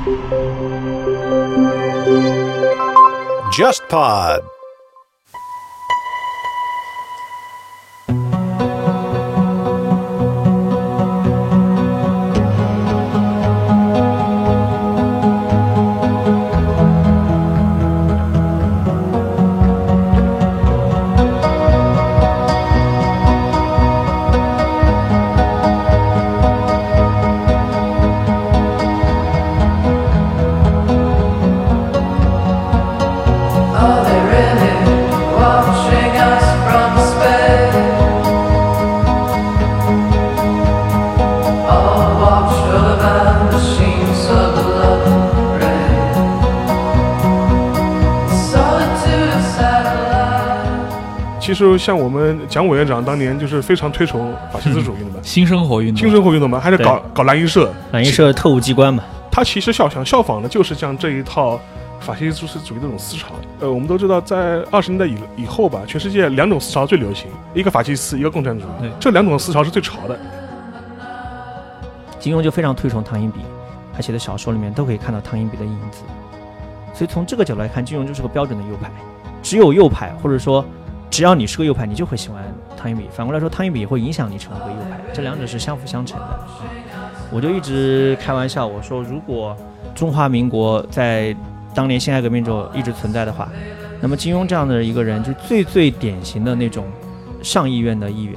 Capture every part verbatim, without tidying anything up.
JustPod。 其实像我们蒋委员长当年就是非常推崇法西斯主义的嘛， 嗯、新生活运动， 新生活运动嘛，还是搞搞蓝营社， 蓝营社特务机关嘛。 他其实效想效仿的就是像这一套法西斯主义的这种思潮。呃，我们都知道，在二十年代以以后吧，全世界两种思潮最流行，一个法西斯，一个共产主义，这两种思潮是最潮的。 金庸就非常推崇汤因比，他写的小说里面都可以看到汤因比的影子。所以从这个角度来看，金庸就是个标准的右派。只有右派，或者说只要你是个右派，你就会喜欢汤因比。反过来说，汤因比也会影响你成为一个右派，这两者是相辅相成的。我就一直开玩笑，我说如果中华民国在当年辛亥革命之后一直存在的话，那么金庸这样的一个人，就最最典型的那种上议院的议员。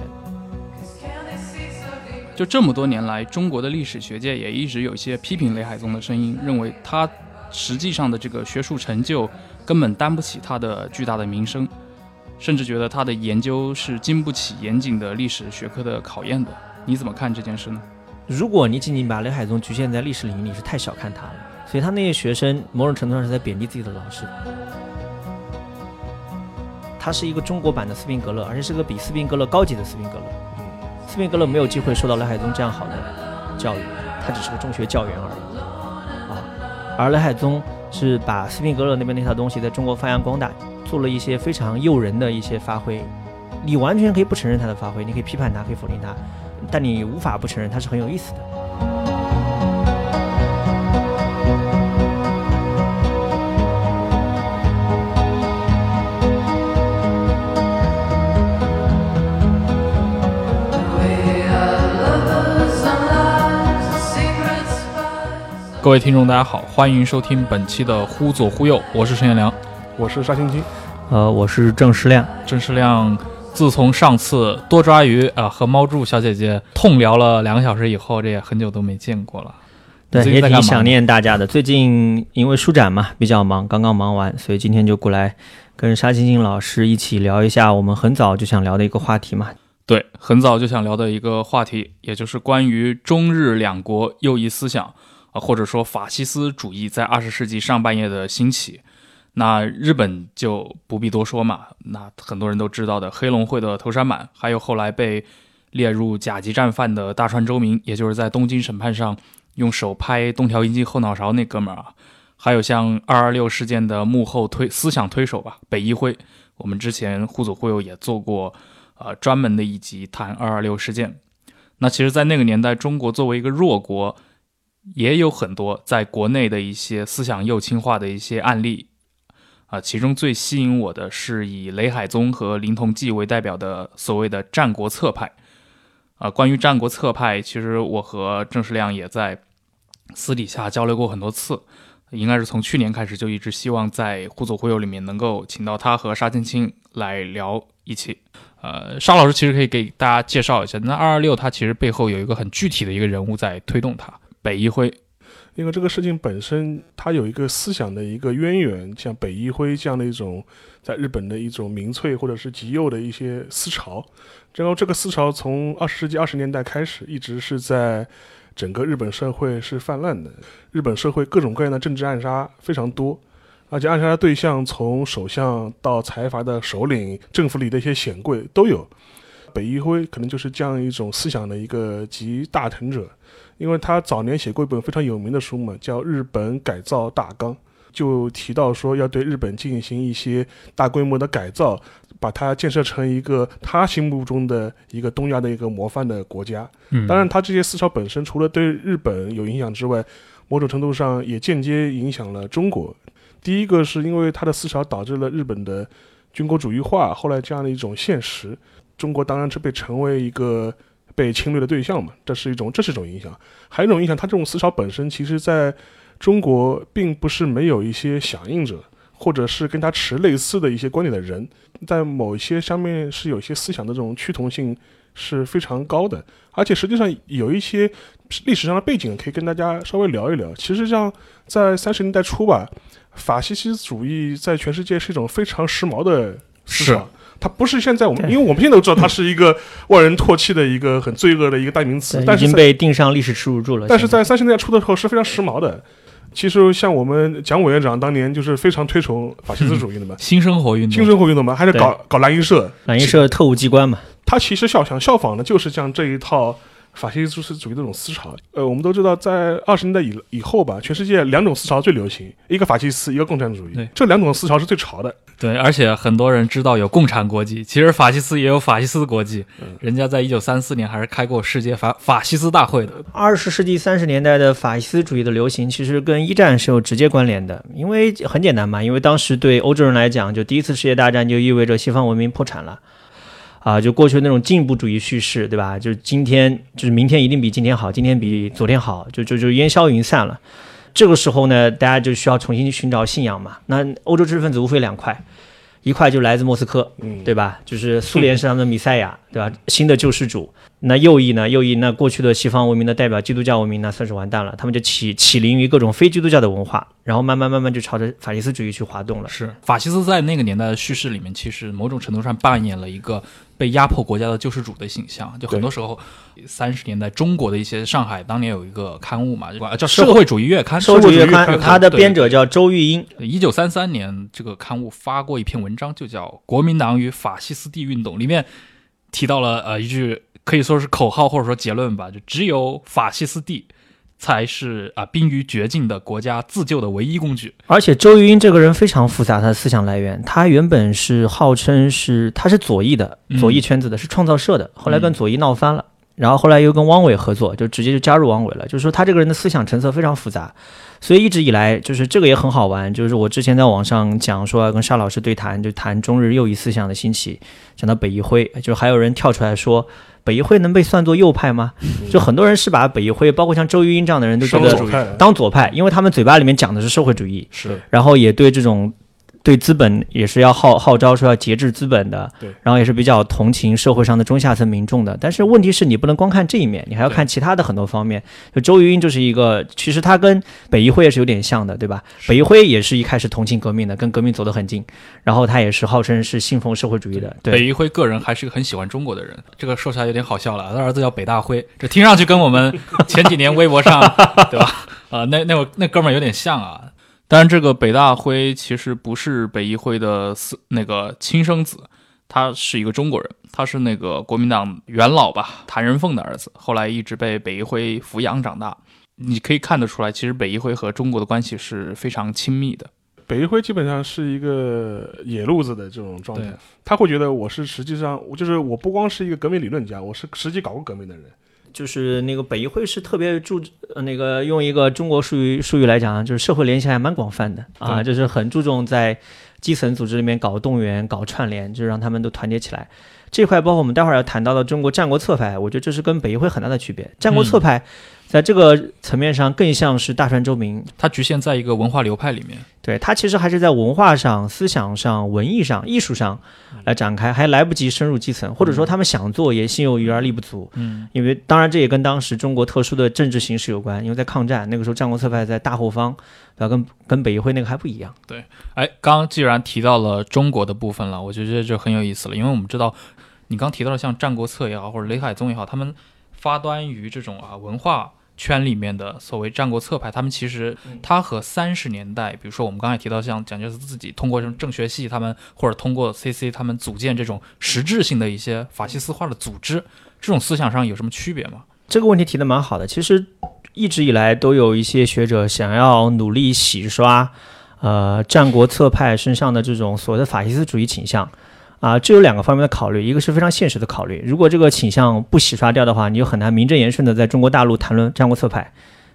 就这么多年来，中国的历史学界也一直有一些批评雷海宗的声音，认为他实际上的这个学术成就根本担不起他的巨大的名声，甚至觉得他的研究是经不起严谨的历史学科的考验的。你怎么看这件事呢？ 如果你仅仅把雷海宗局限在历史领域，你是太小看他了。所以他那些学生某种程度上是在贬低自己的老师。他是一个中国版的斯宾格勒，而且是个比斯宾格勒高级的斯宾格勒。斯宾格勒没有机会受到雷海宗这样好的教育，他只是个中学教员而已啊。而雷海宗是把斯宾格勒那边那套东西在中国发扬光大，做了一些非常诱人的一些发挥。你完全可以不承认他的发挥，你可以批判他，可以否定他，但你无法不承认他是很有意思的。 各位听众大家好，欢迎收听本期的忽左忽右，我是陈彦良， 我是沙青青， 呃，我是郑世亮。 郑世亮自从上次多抓鱼啊、呃、和猫柱小姐姐痛聊了两个小时以后，这也很久都没见过了。 对，也挺想念大家的。最近因为书展嘛比较忙，刚刚忙完，所以今天就过来跟沙青青老师一起聊一下我们很早就想聊的一个话题嘛。 对，很早就想聊的一个话题，也就是关于中日两国右翼思想啊，或者说法西斯主义在二十世纪上半叶的兴起。那日本就不必多说嘛，那很多人都知道的黑龙会的头山满，还有后来被列入甲级战犯的大川周明，也就是在东京审判上用手拍东条英机后脑勺那哥们儿啊，还有像二二六事件的幕后推思想推手吧，北一辉。我们之前忽左忽右也做过呃专门的一集谈二二六事件。那其实在那个年代，中国作为一个弱国，也有很多在国内的一些思想右倾化的一些案例啊、呃，其中最吸引我的是以雷海宗和林同济为代表的所谓的战国策派啊、呃。关于战国策派，其实我和郑世亮也在私底下交流过很多次，应该是从去年开始就一直希望在忽左忽右里面能够请到他和沙青青来聊一期。呃，沙老师其实可以给大家介绍一下，那二二六它其实背后有一个很具体的一个人物在推动它，北一辉。 因为这个事情本身它有一个思想的一个渊源，像北一辉这样的一种在日本的一种民粹或者是极右的一些思潮，然后这个思潮从二十世纪二十年代开始一直是在整个日本社会是泛滥的。日本社会各种各样的政治暗杀非常多，而且暗杀的对象从首相到财阀的首领，政府里的一些显贵都有。北一辉可能就是这样一种思想的一个集大成者，因为他早年写过一本非常有名的书嘛，叫《日本改造大纲》，就提到说要对日本进行一些大规模的改造，把它建设成一个他心目中的一个东亚的一个模范的国家。 嗯， 当然他这些思潮本身除了对日本有影响之外， 某种程度上也间接影响了中国。第一个是因为他的思潮导致了日本的军国主义化，后来这样的一种现实，中国当然是被成为一个被侵略的对象嘛，这是一种这是一种影响。还有一种影响，他这种思潮本身其实在中国并不是没有一些响应者，或者是跟他持类似的一些观点的人，在某一些上面是有一些思想的这种趋同性是非常高的。而且实际上有一些历史上的背景可以跟大家稍微聊一聊。其实像在三十年代初吧，法西斯主义在全世界是一种非常时髦的思潮，它不是现在我们，因为我们现在都知道它是一个万人唾弃的一个很罪恶的一个代名词，但是已经被钉上历史耻辱柱了。 但是在三十年代初的时候是非常时髦的。其实像我们蒋委员长当年就是非常推崇法西斯主义的嘛， 嗯、新生活运动， 新生活运动嘛，还是搞搞蓝营社， 蓝营社特务机关嘛。 他其实效想效仿的就是像这一套法西斯主义这种思潮。呃，我们都知道，在二十年代以以后吧，全世界两种思潮最流行，一个法西斯，一个共产主义，这两种思潮是最潮的。 对，而且很多人知道有共产国际，其实法西斯也有法西斯国际，嗯、人家在一九三四年还是开过世界法法西斯大会的。 二十世纪三十年代的法西斯主义的流行，其实跟一战是有直接关联的，因为很简单嘛，因为当时对欧洲人来讲，就第一次世界大战就意味着西方文明破产了。啊，就过去那种进步主义叙事，对吧？就是今天，就是明天一定比今天好，今天比昨天好，就就就烟消云散了。这个时候呢，大家就需要重新去寻找信仰嘛。那欧洲知识分子无非两块，一块就来自莫斯科，对吧？就是苏联是他们的弥赛亚，对吧？新的救世主。那右翼呢？右翼那过去的西方文明的代表基督教文明那算是完蛋了，他们就起起灵于各种非基督教的文化，然后慢慢慢慢就朝着法西斯主义去滑动了。 是法西斯在那个年代的叙事里面，其实某种程度上扮演了一个被压迫国家的救世主的形象。就很多时候，三十年代中国的一些上海当年有一个刊物嘛，叫《社会主义月刊》， 社会主义月刊，它的编者叫周玉英。 一九三三年，这个刊物发过一篇文章，就叫《国民党与法西斯地运动》，里面提到了呃一句可以说是口号或者说结论吧，就只有法西斯地才是啊濒于绝境的国家自救的唯一工具。 而且周玉英这个人非常复杂，他的思想来源，他原本是号称是他是左翼的，左翼圈子的，嗯、是创造社的，后来跟左翼闹翻了。嗯然后后来又跟汪伪合作，就直接就加入汪伪了。就是说他这个人的思想成色非常复杂，所以一直以来就是这个也很好玩。就是我之前在网上讲说要跟沙老师对谈，就谈中日右翼思想的兴起，讲到北一辉，就还有人跳出来说北一辉能被算作右派吗？就很多人是把北一辉，包括像周玉英这样的人都觉得当左派，因为他们嘴巴里面讲的是社会主义， 是， 然后也对这种。对资本也是要号号召说要节制资本的， 对， 然后也是比较同情社会上的中下层民众的。但是问题是你不能光看这一面，你还要看其他的很多方面。就周玉英就是一个，其实他跟北一辉也是有点像的，对吧？北一辉也是一开始同情革命的，跟革命走得很近，然后他也是号称是信奉社会主义的。对， 北一辉个人还是个很喜欢中国的人，这个说起来有点好笑了。他儿子叫北大辉，这听上去跟我们前几年微博上对吧？啊、呃，那那那哥们儿有点像啊。当然，这个北大辉其实不是北一辉的那个亲生子，他是一个中国人，他是那个国民党元老吧，谭仁凤的儿子，后来一直被北一辉抚养长大。你可以看得出来，其实北一辉和中国的关系是非常亲密的。 北一辉基本上是一个野路子的这种状态，他会觉得我是实际上，就是我不光是一个革命理论家，我是实际搞过革命的人。 就是那个北一辉是特别注呃那个用一个中国术语术语来讲，就是社会联系还蛮广泛的啊，就是很注重在基层组织里面搞动员、搞串联，就是让他们都团结起来。这块包括我们待会儿要谈到的中国战国策派，我觉得这是跟北一辉很大的区别。战国策派在这个层面上更像是大川周明， 它局限在一个文化流派里面。 对，它其实还是在文化上、思想上、文艺上、艺术上来展开，还来不及深入基层，或者说他们想做也心有余而力不足。嗯，因为当然这也跟当时中国特殊的政治形势有关，因为在抗战那个时候，战国策派在大后方，对吧？跟跟北一辉那个还不一样。 对，哎，刚刚既然提到了中国的部分了，我觉得这很有意思了，因为我们知道。你刚提到的像战国策也好，或者雷海宗也好，他们发端于这种啊文化圈里面的所谓战国策派，他们其实他和三十年代，比如说我们刚才提到像蒋介石自己通过这种政学系，他们或者通过 C C 他们组建这种实质性的一些法西斯化的组织，这种思想上有什么区别吗？ 这个问题提得蛮好的。其实一直以来都有一些学者想要努力洗刷呃战国策派身上的这种所谓的法西斯主义倾向。啊，这有两个方面的考虑，一个是非常现实的考虑，如果这个倾向不洗刷掉的话，你就很难名正言顺的在中国大陆谈论战国策派。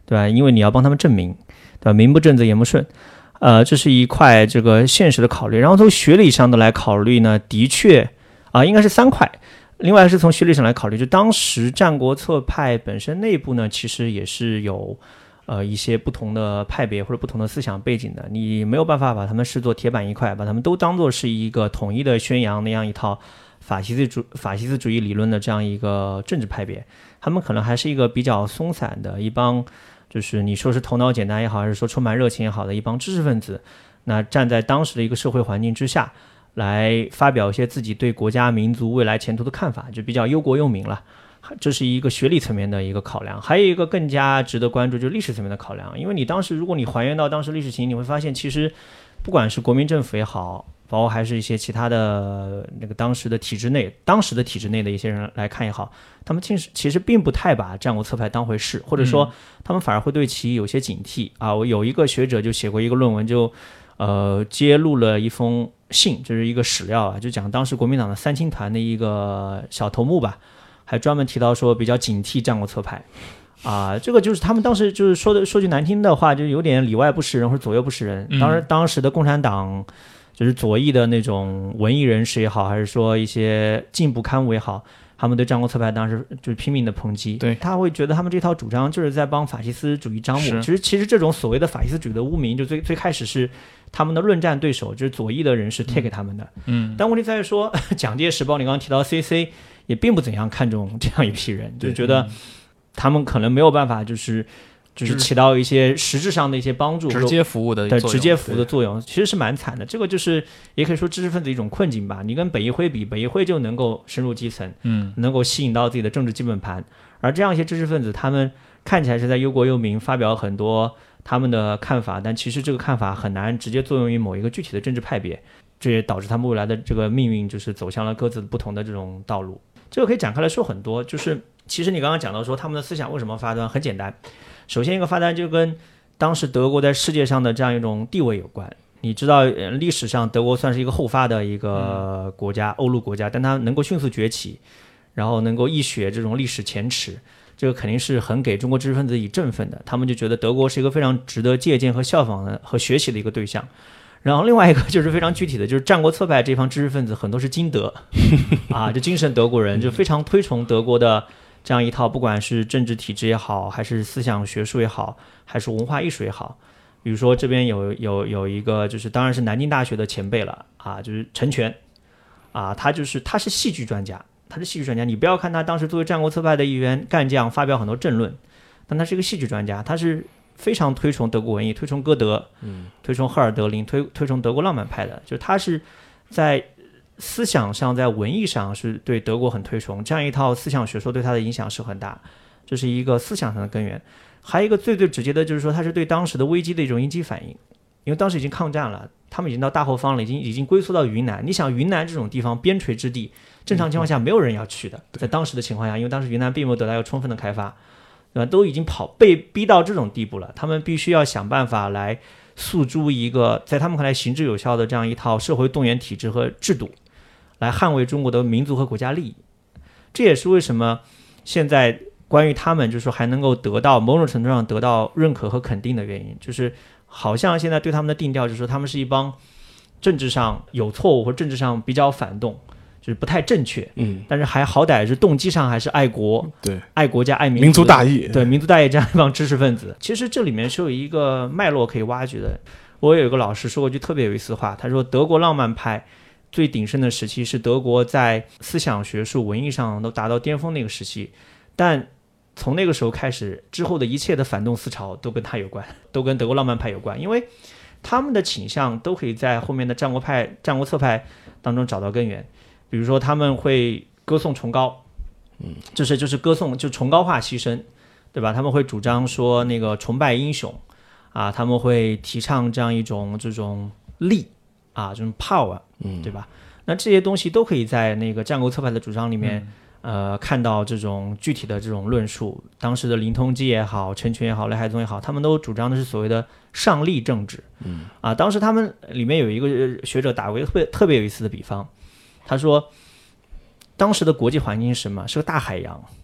对吧？因为你要帮他们正名，对吧？名不正则言不顺。呃，这是一块这个现实的考虑。然后从学理上的来考虑呢，的确啊、呃，应该是三块。另外是从学理上来考虑，就当时战国策派本身内部呢，其实也是有呃一些不同的派别或者不同的思想背景的。你没有办法把他们视作铁板一块，把他们都当作是一个统一的宣扬那样一套法西斯主法西斯主义理论的这样一个政治派别。他们可能还是一个比较松散的一帮，就是你说是头脑简单也好，还是说充满热情也好的一帮知识分子，那站在当时的一个社会环境之下，来发表一些自己对国家民族未来前途的看法，就比较忧国忧民了。这是一个学理层面的一个考量。还有一个更加值得关注，就是历史层面的考量。因为你当时如果你还原到当时历史情，你会发现其实不管是国民政府也好，包括还是一些其他的那个当时的体制内当时的体制内的一些人来看也好，他们其实其实并不太把战国策派当回事，或者说他们反而会对其有些警惕啊。我有一个学者就写过一个论文，就呃揭露了一封信，就是一个史料啊，就讲当时国民党的三青团的一个小头目吧，还专门提到说比较警惕战国策派啊。这个就是他们当时就是说的，说句难听的话，就有点里外不是人或者左右不是人。当然当时的共产党就是左翼的那种文艺人士也好，还是说一些进步刊物也好，他们对战国策派当时就是拼命的抨击。 对， 他会觉得他们这套主张就是在帮法西斯主义张目。其实其实这种所谓的法西斯主义的污名，就最最开始是他们的论战对手，就是左翼的人士贴给他们的。 嗯， 但问题在于说，蒋介石包括你刚刚提到 C C 也并不怎样看重这样一批人，就觉得他们可能没有办法就是就是起到一些实质上的一些帮助， 直接服务的对直接服务的作用，其实是蛮惨的。这个就是也可以说知识分子一种困境吧。你跟北一辉比，北一辉就能够深入基层， 嗯， 能够吸引到自己的政治基本盘，而这样一些知识分子，他们看起来是在忧国忧民，发表很多他们的看法，但其实这个看法很难直接作用于某一个具体的政治派别，这也导致他们未来的这个命运就是走向了各自不同的这种道路。这个可以展开来说很多，就是其实你刚刚讲到说他们的思想为什么发端，很简单。首先一个发端就跟当时德国在世界上的这样一种地位有关。你知道历史上德国算是一个后发的一个国家，欧陆国家，但它能够迅速崛起，然后能够一雪这种历史前耻，这个肯定是很给中国知识分子以振奋的。他们就觉得德国是一个非常值得借鉴和效仿的和学习的一个对象。然后另外一个就是非常具体的，就是战国策派这帮知识分子很多是精德啊，就精神德国人，就非常推崇德国的这样一套，不管是政治体制也好，还是思想学术也好，还是文化艺术也好。比如说这边有有有一个就是当然是南京大学的前辈了啊，就是陈全啊，他就是他是戏剧专家，他是戏剧专家。你不要看他当时作为战国策派的一员干将发表很多政论，但他是一个戏剧专家，他是非常推崇德国文艺，推崇歌德，嗯，推崇赫尔德林，推推崇德国浪漫派的，就是他是在思想上在文艺上是对德国很推崇，这样一套思想学说对他的影响是很大，这是一个思想上的根源。还有一个最最直接的就是说他是对当时的危机的一种应激反应，因为当时已经抗战了，他们已经到大后方了，已经已经龟缩到云南。你想云南这种地方边陲之地，正常情况下没有人要去的，在当时的情况下，因为当时云南并没有得到一个充分的开发，对吧？都已经跑被逼到这种地步了，他们必须要想办法来诉诸一个在他们看来行之有效的这样一套社会动员体制和制度，来捍卫中国的民族和国家利益。这也是为什么现在关于他们就是说还能够得到某种程度上得到认可和肯定的原因，就是好像现在对他们的定调就是说他们是一帮政治上有错误或者政治上比较反动，就是不太正确，嗯，但是还好歹是动机上还是爱国， 对， 爱国家爱民族， 民族大义， 对，民族大义这样一帮知识分子。其实这里面是有一个脉络可以挖掘的。我有一个老师说过一句特别有意思的话，他说德国浪漫派最鼎盛的时期是德国在思想学术文艺上都达到巅峰那个时期，但从那个时候开始之后的一切的反动思潮都跟他有关，都跟德国浪漫派有关，因为他们的倾向都可以在后面的战国派战国策派当中找到根源。比如说他们会歌颂崇高，嗯，就是就是歌颂就崇高化牺牲，对吧？他们会主张说那个崇拜英雄啊，他们会提倡这样一种这种力啊，这种 power， 嗯，对吧？那这些东西都可以在那个战国策派的主张里面、嗯呃，看到这种具体的这种论述。当时的林通基也好，陈群也好，雷海宗也好，他们都主张的是所谓的上力政治。嗯，啊，当时他们里面有一个学者打过一个特别特别有意思的比方，他说，当时的国际环境是什么？是个大海洋。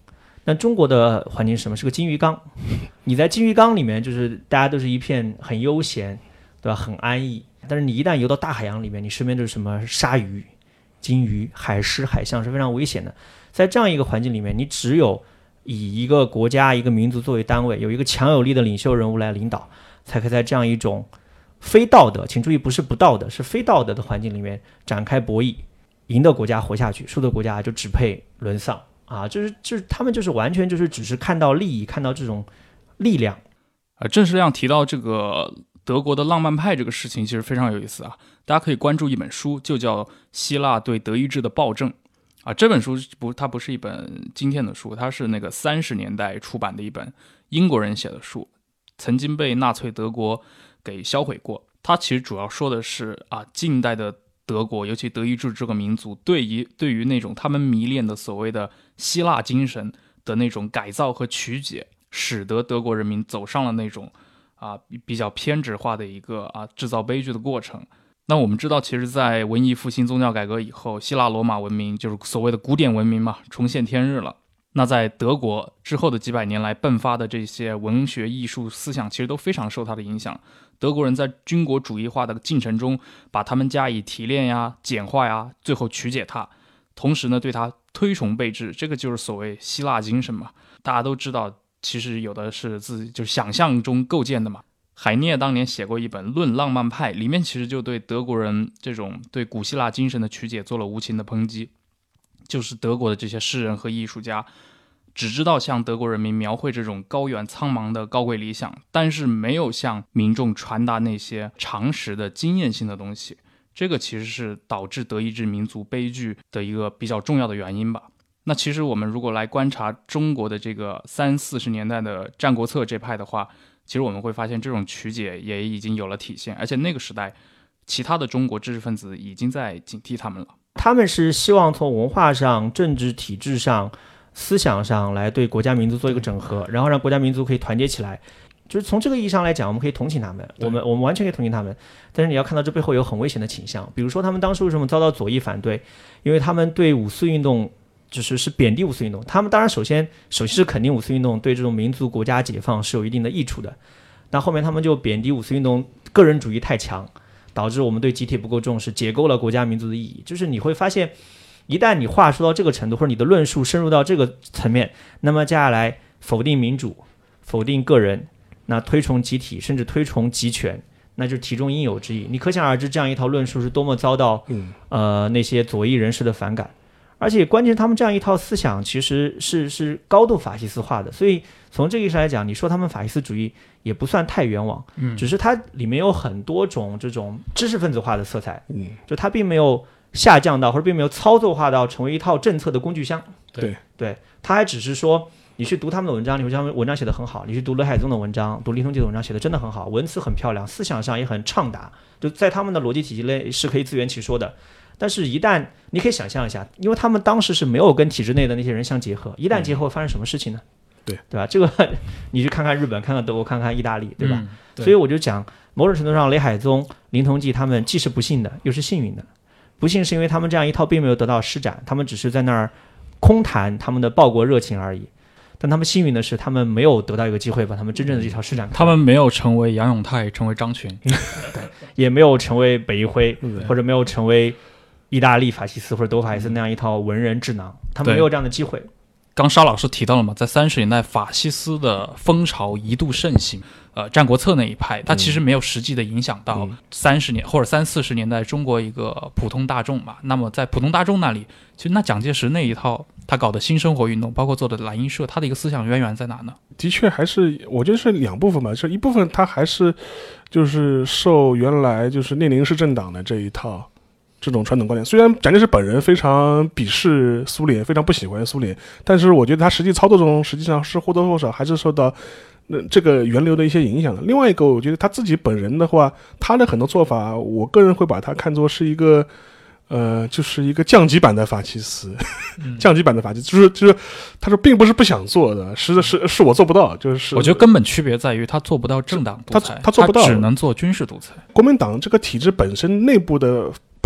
但中国的环境是什么？是个金鱼缸。你在金鱼缸里面，就是大家都是一片很悠闲，对吧？很安逸。但是你一旦游到大海洋里面，你身边就是什么鲨鱼、金鱼、海狮、海象是非常危险的。在这样一个环境里面，你只有以一个国家、一个民族作为单位，有一个强有力的领袖人物来领导，才可以在这样一种非道德，请注意不是不道德，是非道德的环境里面展开博弈，赢的国家活下去，输的国家就只配沦丧啊！就是就是他们就是完全就是只是看到利益，看到这种力量。 呃，郑世亮提到这个德国的浪漫派这个事情，其实非常有意思啊！大家可以关注一本书，就叫《希腊对德意志的暴政》啊。这本书不，它不是一本今天的书，它是那个三十年代出版的一本英国人写的书，曾经被纳粹德国给销毁过。它其实主要说的是啊，近代的德国，尤其德意志这个民族，对于对于那种他们迷恋的所谓的希腊精神的那种改造和曲解，使得德国人民走上了那种啊比较偏执化的一个啊制造悲剧的过程。那我们知道，其实在文艺复兴宗教改革以后，希腊罗马文明就是所谓的古典文明嘛，重现天日了。那在德国之后的几百年来迸发的这些文学艺术思想，其实都非常受它的影响。德国人在军国主义化的进程中，把他们加以提炼呀、简化呀，最后曲解它，同时呢对它推崇备至，这个就是所谓希腊精神嘛。大家都知道，其实有的是自己就想象中构建的嘛。海涅当年写过一本《论浪漫派》，里面其实就对德国人这种对古希腊精神的曲解做了无情的抨击。就是德国的这些诗人和艺术家只知道向德国人民描绘这种高远苍茫的高贵理想，但是没有向民众传达那些常识的经验性的东西。这个其实是导致德意志民族悲剧的一个比较重要的原因吧。那其实我们如果来观察中国的这个三四十年代的《战国策》这派的话，其实我们会发现这种曲解也已经有了体现，而且那个时代其他的中国知识分子已经在警惕他们了。 他们是希望从文化上、政治体制上、思想上来对国家民族做一个整合，然后让国家民族可以团结起来。就是从这个意义上来讲，我们可以同情他们，我们我们完全可以同情他们。但是你要看到这背后有很危险的倾向，比如说他们当时为什么遭到左翼反对，因为他们对五四运动就是是贬低五四运动。他们当然首先首先是肯定五四运动对这种民族国家解放是有一定的益处的，但后面他们就贬低五四运动个人主义太强，导致我们对集体不够重视，解构了国家民族的意义。就是你会发现，一旦你话说到这个程度，或者你的论述深入到这个层面，那么接下来否定民主，否定个人，那推崇集体，甚至推崇集权，那就是题中应有之义。你可想而知，这样一套论述是多么遭到、嗯、呃那些左翼人士的反感。而且关键他们这样一套思想其实是是高度法西斯化的，所以从这个意义上来讲，你说他们法西斯主义也不算太冤枉，嗯，只是它里面有很多种这种知识分子化的色彩，嗯，就它并没有下降到或者并没有操作化到成为一套政策的工具箱， 对对，它还只是说你去读他们的文章，你会觉得他们文章写得很好，你去读雷海宗的文章，读林通济的文章写得真的很好，文词很漂亮，思想上也很畅达，就在他们的逻辑体系内是可以自圆其说的。但是一旦你可以想象一下，因为他们当时是没有跟体制内的那些人相结合，一旦结合会发生什么事情呢？ 对对吧？这个你去看看日本，看看德国，看看意大利，对吧？嗯、对，所以我就讲，某种程度上，雷海宗、林同济他们既是不幸的，又是幸运的。不幸是因为他们这样一套并没有得到施展，他们只是在那儿空谈他们的报国热情而已。但他们幸运的是，他们没有得到一个机会把他们真正的这套施展开。 他们没有成为杨永泰，成为张群， 对，也没有成为北一辉，或者没有成为意大利法西斯或者德法西斯那样一套文人智囊，他们没有这样的机会。 刚沙老师提到了嘛，在三十年代法西斯的风潮一度盛行，呃，战国策那一派，它其实没有实际的影响到三十年、嗯、或者三四十年代中国一个普通大众嘛。那么在普通大众那里，其实那蒋介石那一套他搞的新生活运动，包括做的蓝衣社，他的一个思想渊源在哪呢？ 的确还是我觉得是两部分吧，就一部分他还是就是受原来就是列宁式政党的这一套这种传统观点，虽然蒋介石本人非常鄙视苏联，非常不喜欢苏联，但是我觉得他实际操作中实际上是或多或少还是受到、呃、这个源流的一些影响的。另外一个，我觉得他自己本人的话，他的很多做法，我个人会把他看作是一个呃，就是一个降级版的法西斯，嗯、降级版的法西斯，就是就是他说并不是不想做的，是是是我做不到，就是我觉得根本区别在于他做不到政党独裁， 他他做不到， 他只能做军事独裁。 国民党这个体制本身内部的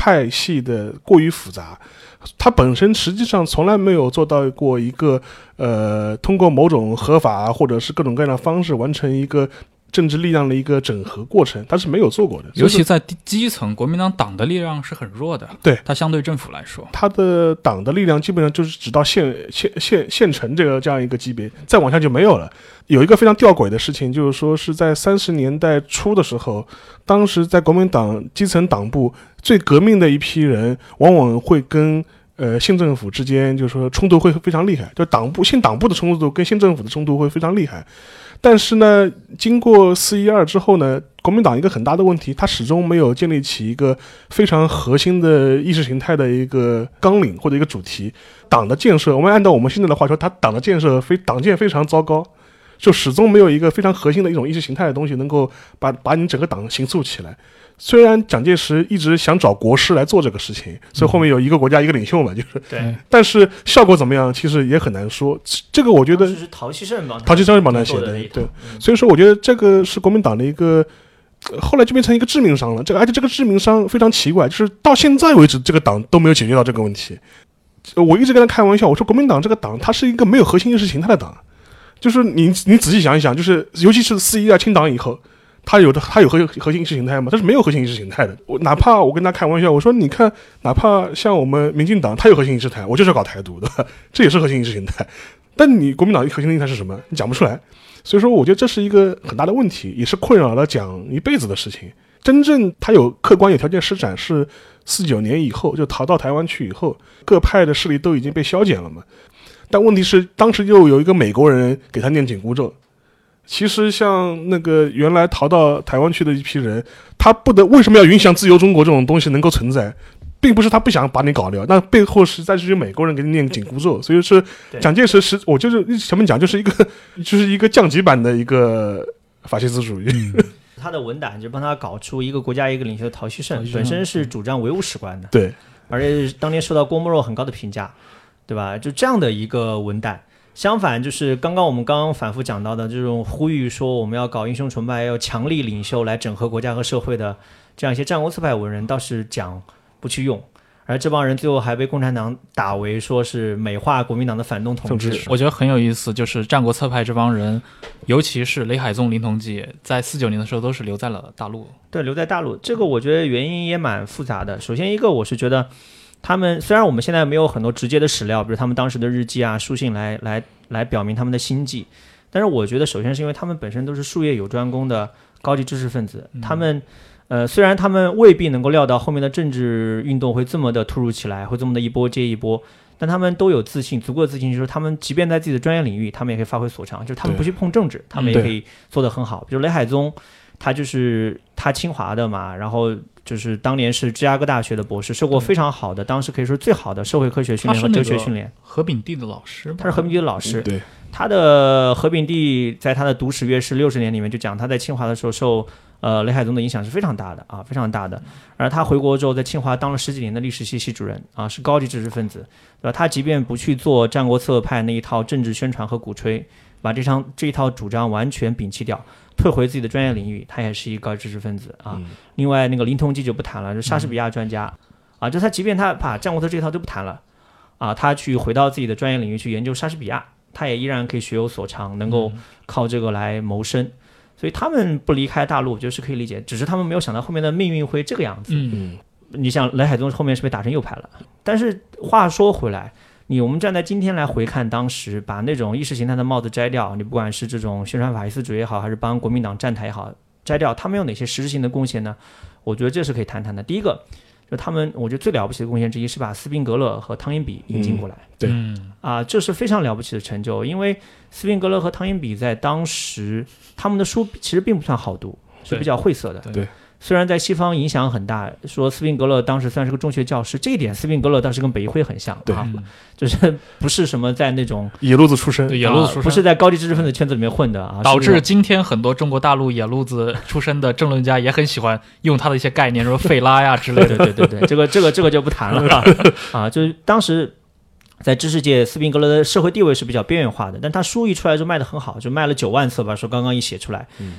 派系的过于复杂，它本身实际上从来没有做到过一个呃通过某种合法或者是各种各样的方式完成一个政治力量的一个整合过程，它是没有做过的。 尤其在基层，国民党党的力量是很弱的， 对， 它相对政府来说， 它的党的力量基本上就是只到县县县县城这个这样一个级别，再往下就没有了。有一个非常吊诡的事情，就是说是在三十年代初的时候，当时在国民党基层党部最革命的一批人，往往会跟呃县政府之间就是说冲突会非常厉害，就党部县党部的冲突跟县政府的冲突会非常厉害。但是呢，经过四一二之后呢，国民党一个很大的问题，它始终没有建立起一个非常核心的意识形态的一个纲领或者一个主题。党的建设，我们按照我们现在的话说，它党的建设非党建非常糟糕，就始终没有一个非常核心的一种意识形态的东西能够把把你整个党形塑起来。虽然蒋介石一直想找国师来做这个事情，所以后面有一个国家一个领袖嘛，就是对， 但是效果怎么样，其实也很难说。这个我觉得是陶希圣帮陶希圣帮他写的，对，嗯、所以说我觉得这个是国民党的一个，呃、后来就变成一个致命伤了。这个而且这个致命伤非常奇怪，就是到现在为止，这个党都没有解决到这个问题。我一直跟他开玩笑，我说国民党这个党，它是一个没有核心意识形态的党，就是你你仔细想一想，就是尤其是四一二清党以后。他有的，他有核核心意识形态吗？他是没有核心意识形态的。我哪怕我跟他开玩笑，我说你看，哪怕像我们民进党，他有核心意识形态，我就是要搞台独的，这也是核心意识形态。但你国民党核心意识形态是什么？你讲不出来。所以说，我觉得这是一个很大的问题，也是困扰了蒋一辈子的事情。真正他有客观有条件施展是四九年以后，就逃到台湾去以后，各派的势力都已经被消减了嘛。但问题是，当时又有一个美国人给他念紧箍咒。其实像那个原来逃到台湾去的一批人，他不得为什么要允许像自由中国这种东西能够存在，并不是他不想把你搞掉，那背后实在是有美国人给你念紧箍咒，所以是蒋介石是我就是前面讲就是一个就是一个降级版的一个法西斯主义。嗯他的文胆就帮他搞出一个国家一个领袖陶希圣，本身是主张唯物史观的， 对， 而且当年受到郭沫若很高的评价，对吧？就这样的一个文胆。相反，就是刚刚我们刚刚反复讲到的这种呼吁说我们要搞英雄崇拜，要强力领袖来整合国家和社会的这样一些战国策派文人，倒是讲不去用，而这帮人最后还被共产党打为说是美化国民党的反动统治。 我觉得很有意思，就是战国策派这帮人，尤其是雷海宗、林同济，在四九年的时候都是留在了大陆。 对，留在大陆，这个我觉得原因也蛮复杂的。首先一个，我是觉得他们虽然我们现在没有很多直接的史料，比如他们当时的日记啊、书信来来来表明他们的心迹，但是我觉得首先是因为他们本身都是术业有专攻的高级知识分子，他们呃虽然他们未必能够料到后面的政治运动会这么的突如其来，会这么的一波接一波，但他们都有自信，足够的自信，就是他们即便在自己的专业领域，他们也可以发挥所长，就是他们不去碰政治，他们也可以做得很好。比如雷海宗，他就是他清华的嘛，然后就是当年是芝加哥大学的博士，受过非常好的，当时可以说最好的社会科学训练和哲学训练。 何炳棣的老师， 他是何炳棣的老师。 对， 他的何炳棣在他的《读史阅史六十年》里面就讲，他在清华的时候受呃雷海宗的影响是非常大的啊，非常大的。而他回国之后，在清华当了十几年的历史系系主任啊，是高级知识分子，对吧？他即便不去做战国策派那一套政治宣传和鼓吹，把这场这一套主张完全摒弃掉，退回自己的专业领域，他也是一个高知识分子啊。嗯、另外那个林同济就不谈了，是莎士比亚专家、嗯、啊，就他即便他把战国策这一套都不谈了啊，他去回到自己的专业领域去研究莎士比亚，他也依然可以学有所长，能够靠这个来谋生。嗯、所以他们不离开大陆，我觉得是可以理解，只是他们没有想到后面的命运会这个样子。 嗯， 你想雷海宗后面是被打成右派了，但是话说回来。你我们站在今天来回看当时，把那种意识形态的帽子摘掉，你不管是这种宣传法西斯主义也好，还是帮国民党站台也好，摘掉，他们有哪些实质性的贡献呢？我觉得这是可以谈谈的。第一个，就他们我觉得最了不起的贡献之一是把斯宾格勒和汤因比引进过来。 嗯、对， 啊，这是非常了不起的成就，因为斯宾格勒和汤因比在当时他们的书其实并不算好读，是比较晦涩的。 对。对， 虽然在西方影响很大，说斯宾格勒当时算是个中学教师，这一点斯宾格勒倒是跟北一辉很像，对啊，就是不是什么在那种野路子出身， 对野路子出身、啊， 不是在高级知识分子圈子里面混的啊， 导致今天很多中国大陆野路子出身的政论家也很喜欢用他的一些概念，说费拉呀之类的， 对对对对，这个这个这个就不谈了啊，就是当时。在知识界，斯宾格勒的社会地位是比较边缘化的，但他书一出来就卖得很好，就卖了九万册吧，说刚刚一写出来。嗯，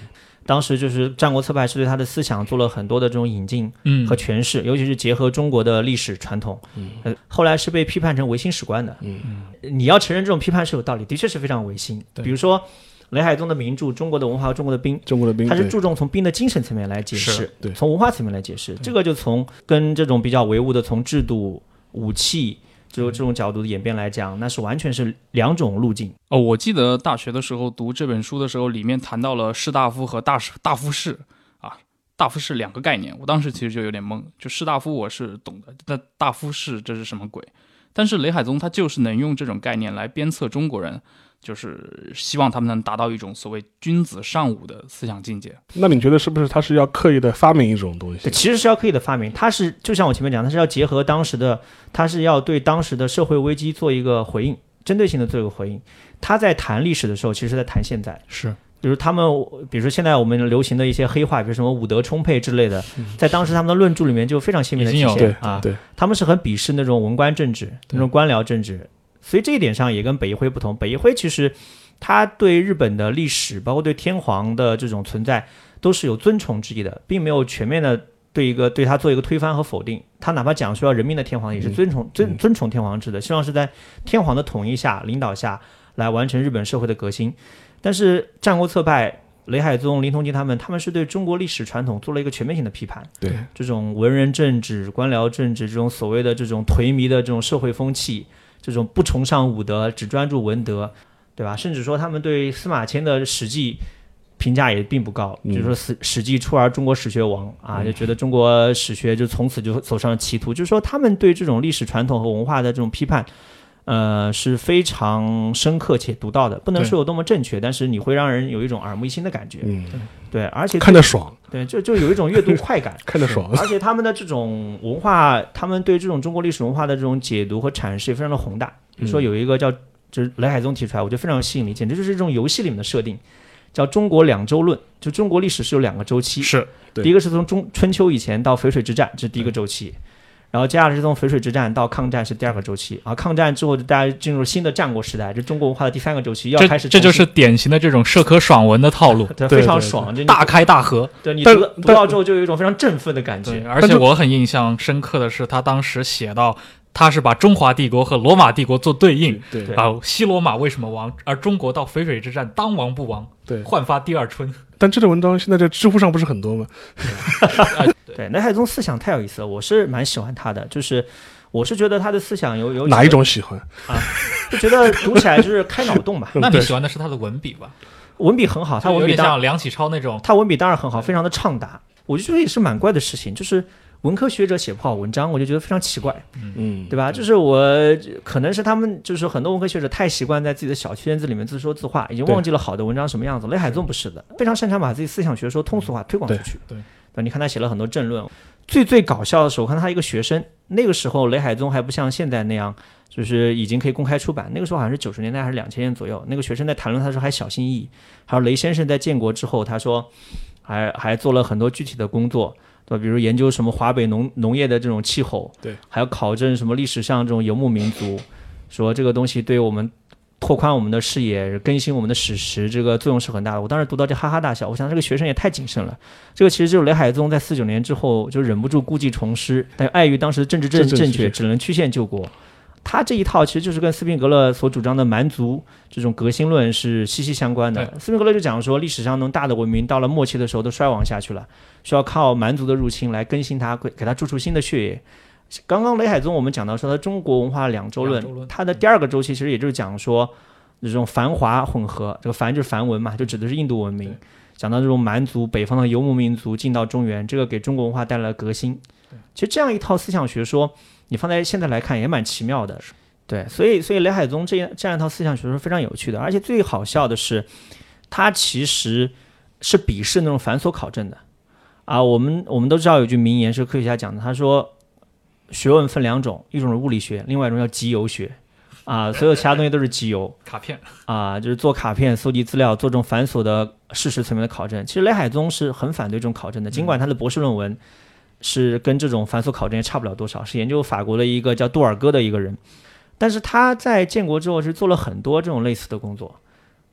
当时就是战国策派是对他的思想做了很多的这种引进和诠释，嗯、尤其是结合中国的历史传统。嗯呃、后来是被批判成唯心史观的。嗯，你要承认这种批判是有道理，的确是非常唯心。比如说雷海宗的名著《中国的文化和中国的兵》， 中国的兵， 它是注重从兵的精神层面来解释，从文化层面来解释。这个就从跟这种比较唯物的从制度、武器就这种角度的演变来讲，那是完全是两种路径。 哦，我记得大学的时候读这本书的时候，里面谈到了士大夫和大大夫士啊，大夫士两个概念，我当时其实就有点懵。就士大夫我是懂的，但大夫士这是什么鬼？但是雷海宗他就是能用这种概念来鞭策中国人。就是希望他们能达到一种所谓君子尚武的思想境界。 那你觉得是不是他是要刻意的发明一种东西？ 对，其实是要刻意的发明。他是就像我前面讲，他是要结合当时的，他是要对当时的社会危机做一个回应，针对性的做一个回应。他在谈历史的时候，其实是在谈现在。 是， 比如他们，比如说现在我们流行的一些黑话，比如什么武德充沛之类的，在当时他们的论著里面就非常鲜明的体现啊。 对， 他们是很鄙视那种文官政治，那种官僚政治。所以这一点上也跟北一辉不同。北一辉其实他对日本的历史，包括对天皇的这种存在，都是有尊崇之意的，并没有全面的对一个对他做一个推翻和否定。他哪怕讲说要人民的天皇，也是尊崇、嗯、尊尊崇天皇制的，希望是在天皇的统一下、领导下来完成日本社会的革新。但是战国策派雷海宗、林同吉他们，他们是对中国历史传统做了一个全面性的批判。 对这种文人政治、官僚政治，这种所谓的这种颓靡的这种社会风气。这种不崇尚武德，只专注文德，对吧？甚至说他们对司马迁的《史记》评价也并不高，嗯、就是说《史记》出而中国史学亡啊，就觉得中国史学就从此就走上了歧途。就是说，他们对这种历史传统和文化的这种批判，呃，是非常深刻且独到的。不能说有多么正确，但是你会让人有一种耳目一新的感觉。嗯，对，而且看得爽。 对，就就有一种阅读快感， 看得爽。 而且他们的这种文化，他们对这种中国历史文化的这种解读和阐释也非常的宏大。比如说有一个叫，就是雷海宗提出来，我觉得非常有吸引力，简直就是这种游戏里面的设定，叫中国两周论。就中国历史是有两个周期， 是第一个是从中春秋以前到淝水之战，这是第一个周期。然后接下来是从淝水之战到抗战是第二个周期啊，抗战之后大家进入新的战国时代，这中国文化的第三个周期要开始。 这这就是典型的这种社科爽文的套路， 对，非常爽， 对对对，大开大合。 对，你读读到之后就有一种非常振奋的感觉。 而且我很印象深刻的是，他当时写到，他是把中华帝国和罗马帝国做对应， 对啊，西罗马为什么亡，而中国到淝水之战当亡不亡， 对， 焕发第二春。 但这个文章现在在知乎上不是很多吗？ 对，雷海宗思想太有意思了，我是蛮喜欢他的，就是我是觉得他的思想有有哪一种喜欢啊？就觉得读起来就是开脑洞吧。 那你喜欢的是他的文笔吧？ 文笔很好，他文笔有点像梁启超那种， 他文笔当然很好，非常的畅达。我就觉得也是蛮怪的事情，就是文科学者写不好文章，我就觉得非常奇怪，嗯，对吧？就是我可能是他们，就是很多文科学者太习惯在自己的小圈子里面自说自话，已经忘记了好的文章什么样子。雷海宗不是的，非常擅长把自己思想学说通俗化推广出去。 对， 对，你看他写了很多政论。最最搞笑的是，我看他一个学生，那个时候雷海宗还不像现在那样，就是已经可以公开出版。那个时候好像是九十年代还是两千年左右。那个学生在谈论他的时候还小心翼翼。还有雷先生在建国之后，他说还还做了很多具体的工作，对吧？比如研究什么华北农农业的这种气候， 对， 还要考证什么历史上这种游牧民族，说这个东西对我们拓宽我们的视野、更新我们的史实，这个作用是很大的。我当时读到这哈哈大笑，我想这个学生也太谨慎了。这个其实就是雷海宗在四九年之后就忍不住故技重施，但碍于当时的政治正正确，只能曲线救国。他这一套其实就是跟斯宾格勒所主张的蛮族这种革新论是息息相关的。斯宾格勒就讲说，历史上那种大的文明到了末期的时候都衰亡下去了，需要靠蛮族的入侵来更新它，给它注入新的血液。刚刚雷海宗我们讲到说他中国文化两周论，他的第二个周期其实也就是讲说这种繁华混合，这个繁就是梵文嘛，就指的是印度文明，讲到这种蛮族北方的游牧民族进到中原，这个给中国文化带来了革新。其实这样一套思想学说你放在现在来看也蛮奇妙的，对，所以所以雷海宗这这样一套思想学说非常有趣的，而且最好笑的是他其实是鄙视那种繁琐考证的啊。我们我们都知道有句名言是科学家讲的，他说学问分两种，一种是物理学，另外一种叫集邮学啊，所有其他东西都是集邮卡片啊，就是做卡片、搜集资料、做这种繁琐的事实层面的考证。其实雷海宗是很反对这种考证的，尽管他的博士论文是跟这种繁琐考证也差不了多少，是研究法国的一个叫杜尔戈的一个人，但是他在建国之后是做了很多这种类似的工作，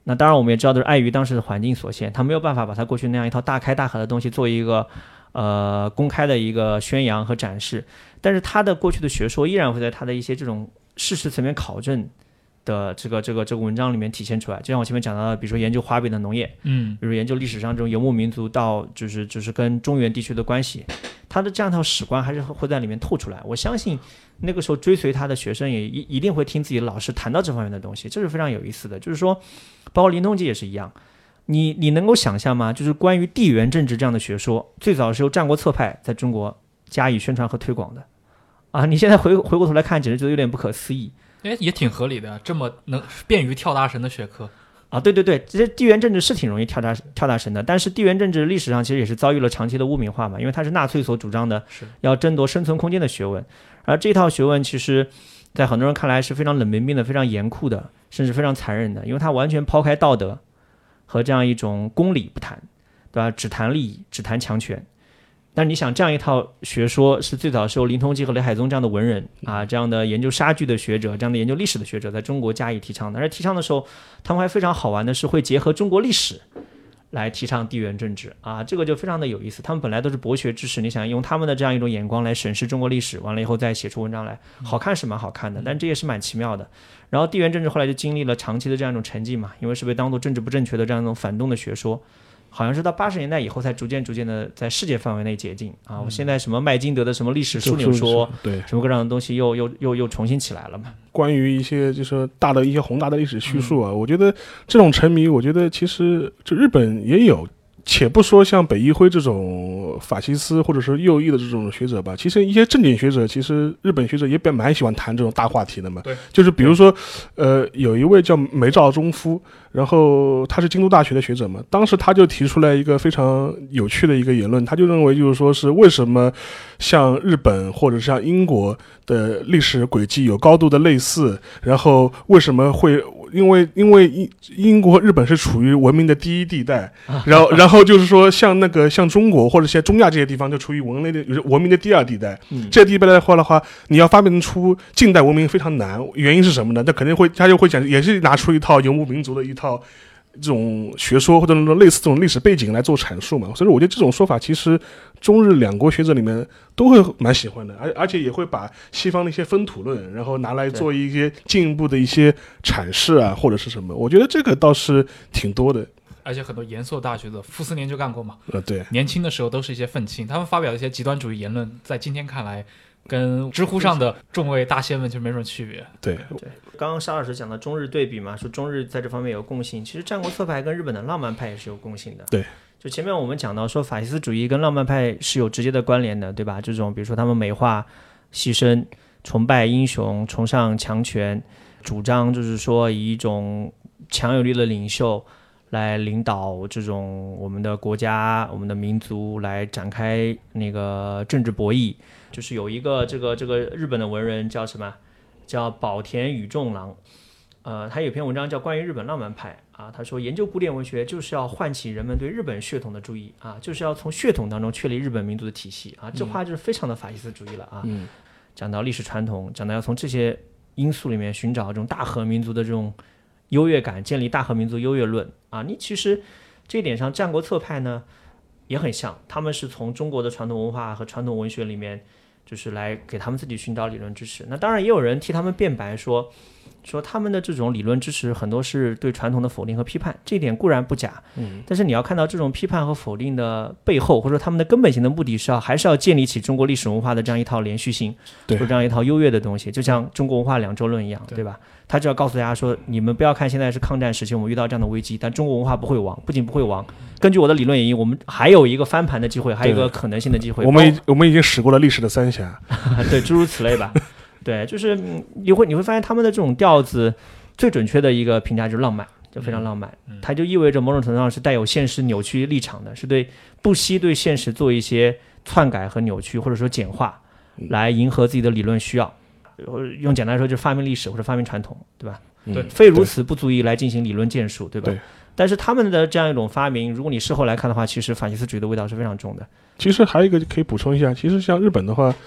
那当然我们也知道，都是碍于当时的环境所限，他没有办法把他过去那样一套大开大合的东西做一个呃公开的一个宣扬和展示。但是他的过去的学说依然会在他的一些这种事实层面考证的这个这个这个文章里面体现出来。就像我前面讲到的，比如说研究华北的农业， 嗯， 比如研究历史上这种游牧民族到就是就是跟中原地区的关系，他的这样一套史观还是会在里面透出来。我相信那个时候追随他的学生也一一定会听自己的老师谈到这方面的东西，这是非常有意思的。就是说包括林通基也是一样，你你能够想象吗？就是关于地缘政治这样的学说，最早是由战国策派在中国加以宣传和推广的啊！你现在回回过头来看，简直觉得有点不可思议。 哎，也挺合理的，这么能便于跳大神的学科啊！对对对，这些地缘政治是挺容易跳大跳大神的，但是地缘政治历史上其实也是遭遇了长期的污名化嘛，因为它是纳粹所主张的要争夺生存空间的学问，而这套学问其实在很多人看来是非常冷冰冰的、非常严酷的，甚至非常残忍的，因为它完全抛开道德和这样一种公理不谈，对吧？只谈利益，只谈强权。但你想，这样一套学说是最早是由林通基和雷海宗这样的文人啊，这样的研究莎剧的学者，这样的研究历史的学者在中国加以提倡的。而提倡的时候，他们还非常好玩的是会结合中国历史来提倡地缘政治啊，这个就非常的有意思。他们本来都是博学之士，你想用他们的这样一种眼光来审视中国历史，完了以后再写出文章来，好看是蛮好看的，但这也是蛮奇妙的。然后地缘政治后来就经历了长期的这样一种沉寂嘛，因为是被当作政治不正确的这样一种反动的学说。好像是到八十年代以后才逐渐逐渐的在世界范围内解禁啊！我现在什么麦金德的什么历史枢纽说， 对， 什么各样的东西又又又又重新起来了嘛。 关于一些就是大的一些宏大的历史叙述啊，嗯、我觉得这种沉迷，我觉得其实就日本也有。且不说像北一辉这种法西斯或者是右翼的这种学者吧，其实一些正经学者，其实日本学者也蛮喜欢谈这种大话题的嘛。 对， 就是比如说，呃，有一位叫梅照忠夫，然后他是京都大学的学者嘛，当时他就提出来一个非常有趣的一个言论，他就认为就是说是为什么像日本或者像英国的历史轨迹有高度的类似，然后为什么会因为因为英英国和日本是处于文明的第一地带，然后然后就是说像那个像中国或者像中亚这些地方就处于文明的文明的第二地带，嗯、这地带的话的话，你要发明出近代文明非常难，原因是什么呢？那肯定会他就会讲，也是拿出一套游牧民族的一套这种学说或者类似这种历史背景来做阐述嘛。所以我觉得这种说法其实中日两国学者里面都会蛮喜欢的，而而且也会把西方的一些分土论然后拿来做一些进一步的一些阐释啊或者是什么，我觉得这个倒是挺多的。 而且很多严肃大学者傅斯年就干过嘛， 呃，对， 年轻的时候都是一些愤青，他们发表的一些极端主义言论在今天看来跟知乎上的众位大仙们就没什么区别。 对对，刚刚沙老师讲到中日对比嘛，说中日在这方面有共性，其实战国策派跟日本的浪漫派也是有共性的。 对， 就前面我们讲到说法西斯主义跟浪漫派是有直接的关联的，对吧？这种比如说他们美化牺牲，崇拜英雄，崇尚强权，主张就是说以一种强有力的领袖来领导这种我们的国家、我们的民族来展开那个政治博弈。就是有一个这个这个日本的文人叫什么？叫保田宇重郎。呃，他有篇文章叫《关于日本浪漫派》啊。他说，研究古典文学就是要唤起人们对日本血统的注意啊，就是要从血统当中确立日本民族的体系啊。这话就是非常的法西斯主义了啊。嗯、讲到历史传统，讲到要从这些因素里面寻找这种大和民族的这种优越感，建立大和民族优越论啊。你其实这一点上，战国策派呢也很像，他们是从中国的传统文化和传统文学里面，就是来给他们自己寻找理论支持。那当然也有人替他们辩白说，说他们的这种理论支持很多是对传统的否定和批判，这一点固然不假，嗯，但是你要看到这种批判和否定的背后，或者说他们的根本性的目的是要还是要建立起中国历史文化的这样一套连续性， 对， 或者这样一套优越的东西，就像中国文化两周论一样， 对, 对吧？他就要告诉大家说，你们不要看现在是抗战时期我们遇到这样的危机，但中国文化不会亡，不仅不会亡，根据我的理论演绎，我们还有一个翻盘的机会，还有一个可能性的机会。 我们我们已经驶过了历史的三峡， 对，诸如此类吧。对，就是你会你会发现他们的这种调子，最准确的一个评价就是浪漫，就非常浪漫。嗯嗯、它就意味着某种程度上是带有现实扭曲立场的，是对不惜对现实做一些篡改和扭曲，或者说简化，来迎合自己的理论需要。用简单来说就是发明历史或者发明传统，对吧？ 对， 非如此不足以来进行理论建树，对吧？ 对。 但是他们的这样一种发明，如果你事后来看的话，其实法西斯主义的味道是非常重的。 其实还有一个可以补充一下，其实像日本的话，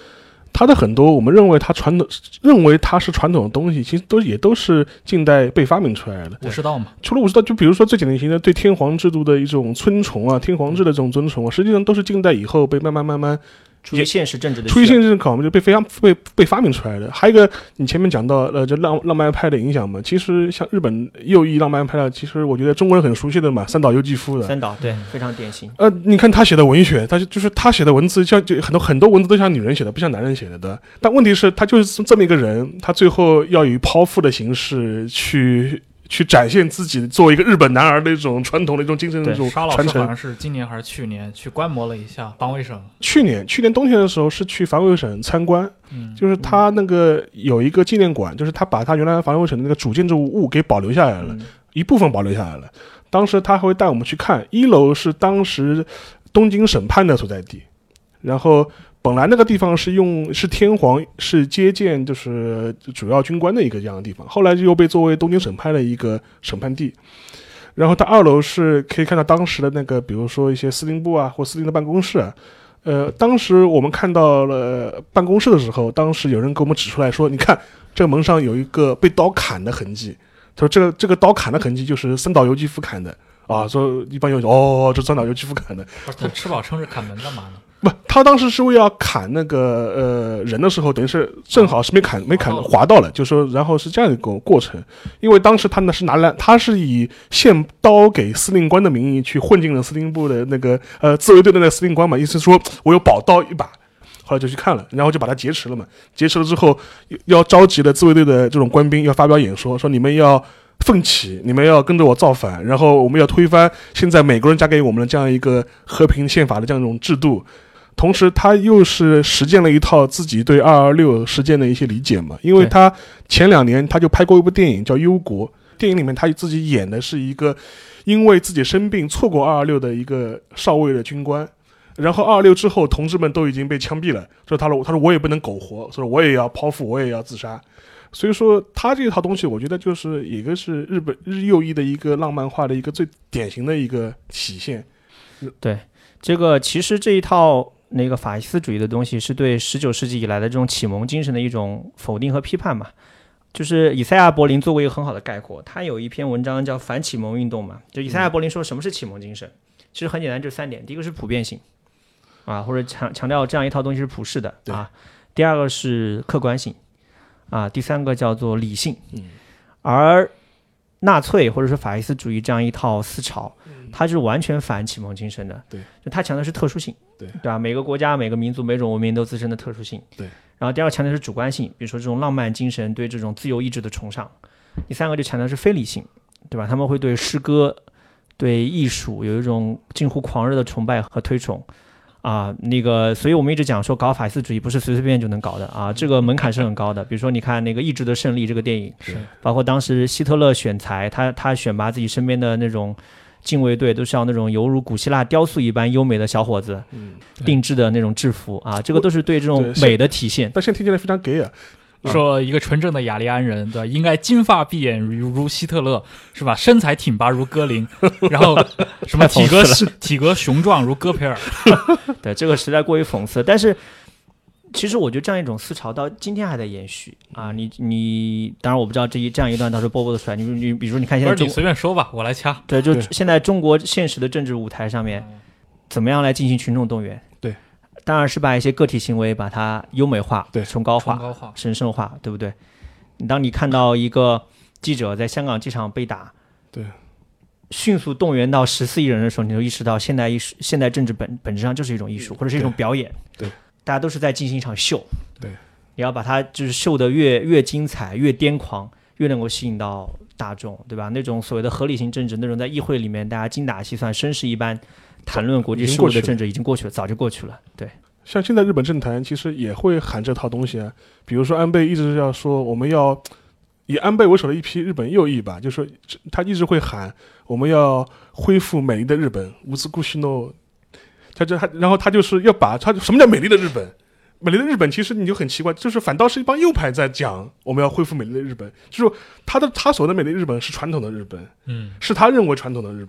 它的很多我们认为它传统认为它是传统的东西，其实都也都是近代被发明出来的。 武士道嘛， 除了武士道，就比如说最典型的对天皇制度的一种尊崇啊，天皇制的这种尊崇啊，实际上都是近代以后被慢慢慢慢出于现实政治的出于现实考虑就被非常被被发明出来的。还有一个，你前面讲到呃，就浪浪漫派的影响嘛，其实像日本右翼浪漫派的，其实我觉得中国人很熟悉的嘛，三岛由纪夫的。 三岛对，非常典型。 呃，你看他写的文学，他就是他写的文字像就很多很多文字都像女人写的，不像男人写的的。但问题是，他就是这么一个人，他最后要以剖腹的形式去。去展现自己作为一个日本男儿的一种传统的一种精神的一种传承。 沙老师好像是今年还是去年去观摩了一下防卫省。 去年去年冬天的时候是去防卫省参观，嗯，就是他那个有一个纪念馆，就是他把他原来防卫省的那个主建筑物给保留下来了，嗯、一部分保留下来了。当时他会带我们去看，一楼是当时东京审判的所在地，然后。本来那个地方是用是天皇是接见就是主要军官的一个这样的地方，后来就又被作为东京审判的一个审判地。然后它二楼是可以看到当时的那个，比如说一些司令部啊或司令的办公室啊。呃，当时我们看到了办公室的时候，当时有人给我们指出来说，你看这个门上有一个被刀砍的痕迹。他说这个这个刀砍的痕迹就是三岛由纪夫砍的啊。说一般有哦，这三岛由纪夫砍的。 他吃饱撑着砍门干嘛呢？ 不，他当时是为要砍那个呃人的时候，等于是正好是没砍没砍划到了，就说然后是这样一个过程。因为当时他呢是拿来，他是以献刀给司令官的名义去混进了司令部的那个呃自卫队的那个司令官嘛，意思说我有宝刀一把。后来就去看了，然后就把他劫持了嘛。劫持了之后，要召集了自卫队的这种官兵要发表演说，说你们要奋起，你们要跟着我造反，然后我们要推翻现在美国人加给我们的这样一个和平宪法的这样一种制度。同时他又是实践了一套自己对二二六实践的一些理解嘛，因为他前两年他就拍过一部电影叫《忧国》，电影里面他自己演的是一个因为自己生病错过二二六的一个少尉的军官，然后二二六之后同志们都已经被枪毙了，所以他说他说我也不能苟活，所以我也要剖腹，我也要自杀。所以说他这套东西我觉得就是一个是日本日右翼的一个浪漫化的一个最典型的一个体现。 对，这个其实这一套那个法西斯主义的东西是对十九世纪以来的这种启蒙精神的一种否定和批判嘛。就是以赛亚·柏林做过一个很好的概括，他有一篇文章叫反启蒙运动嘛，就以赛亚·柏林说什么是启蒙精神，其实很简单，就三点。第一个是普遍性啊，或者强强调这样一套东西是普世的啊。第二个是客观性啊，第三个叫做理性。嗯，而纳粹或者是法西斯主义这样一套思潮，它是完全反启蒙精神的。 对， 就它强调是特殊性。 对， 对吧？每个国家、每个民族、每种文明都自身的特殊性。 对。 然后第二个强调是主观性，比如说这种浪漫精神对这种自由意志的崇尚。第三个就强调是非理性，对吧？他们会对诗歌、对艺术有一种近乎狂热的崇拜和推崇。啊，那个，所以我们一直讲说搞法西斯主义不是随随便便就能搞的啊，这个门槛是很高的。比如说，你看那个《意志的胜利》这个电影，包括当时希特勒选材，他他选拔自己身边的那种禁卫队，都是像那种犹如古希腊雕塑一般优美的小伙子，嗯、定制的那种制服啊，这个都是对这种美的体现。 但现在听起来非常 gay 啊。 说一个纯正的雅利安人，对吧？应该金发碧眼如如希特勒，是吧？身材挺拔如戈林，然后什么体格体格雄壮如戈培尔。 对，这个实在过于讽刺。但是其实我觉得这样一种思潮到今天还在延续啊。你你当然我不知道这一这样一段到时候播不播得出来。你你比如说你看现在中， 你随便说吧，我来掐。 对，就现在中国现实的政治舞台上面，怎么样来进行群众动员？ 对。 当然是把一些个体行为把它优美化、 对崇高化、 崇高化神圣化，对不对？当你看到一个记者在香港机场被打， 对， 迅速动员到十四亿人的时候，你就意识到现代艺术、现代政治本本质上就是一种艺术，或者是一种表演。 对， 大家都是在进行一场秀。 对， 你要把它就是秀得越越精彩、越癫狂，越能够吸引到大众，对吧？那种所谓的合理性政治，那种在议会里面大家精打细算、绅士一般谈论国际事务的政治已经过去了，早就过去了。对， 像现在日本政坛其实也会喊这套东西啊，比如说安倍一直要说我们要以安倍为首的一批日本右翼吧，就是说他一直会喊我们要恢复美丽的日本，无兹古西诺，他就他然后他就是要把他什么叫美丽的日本？美丽的日本其实你就很奇怪，就是反倒是一帮右派在讲我们要恢复美丽的日本，就是他的他所谓的美丽的日本是传统的日本，嗯，是他认为传统的日本。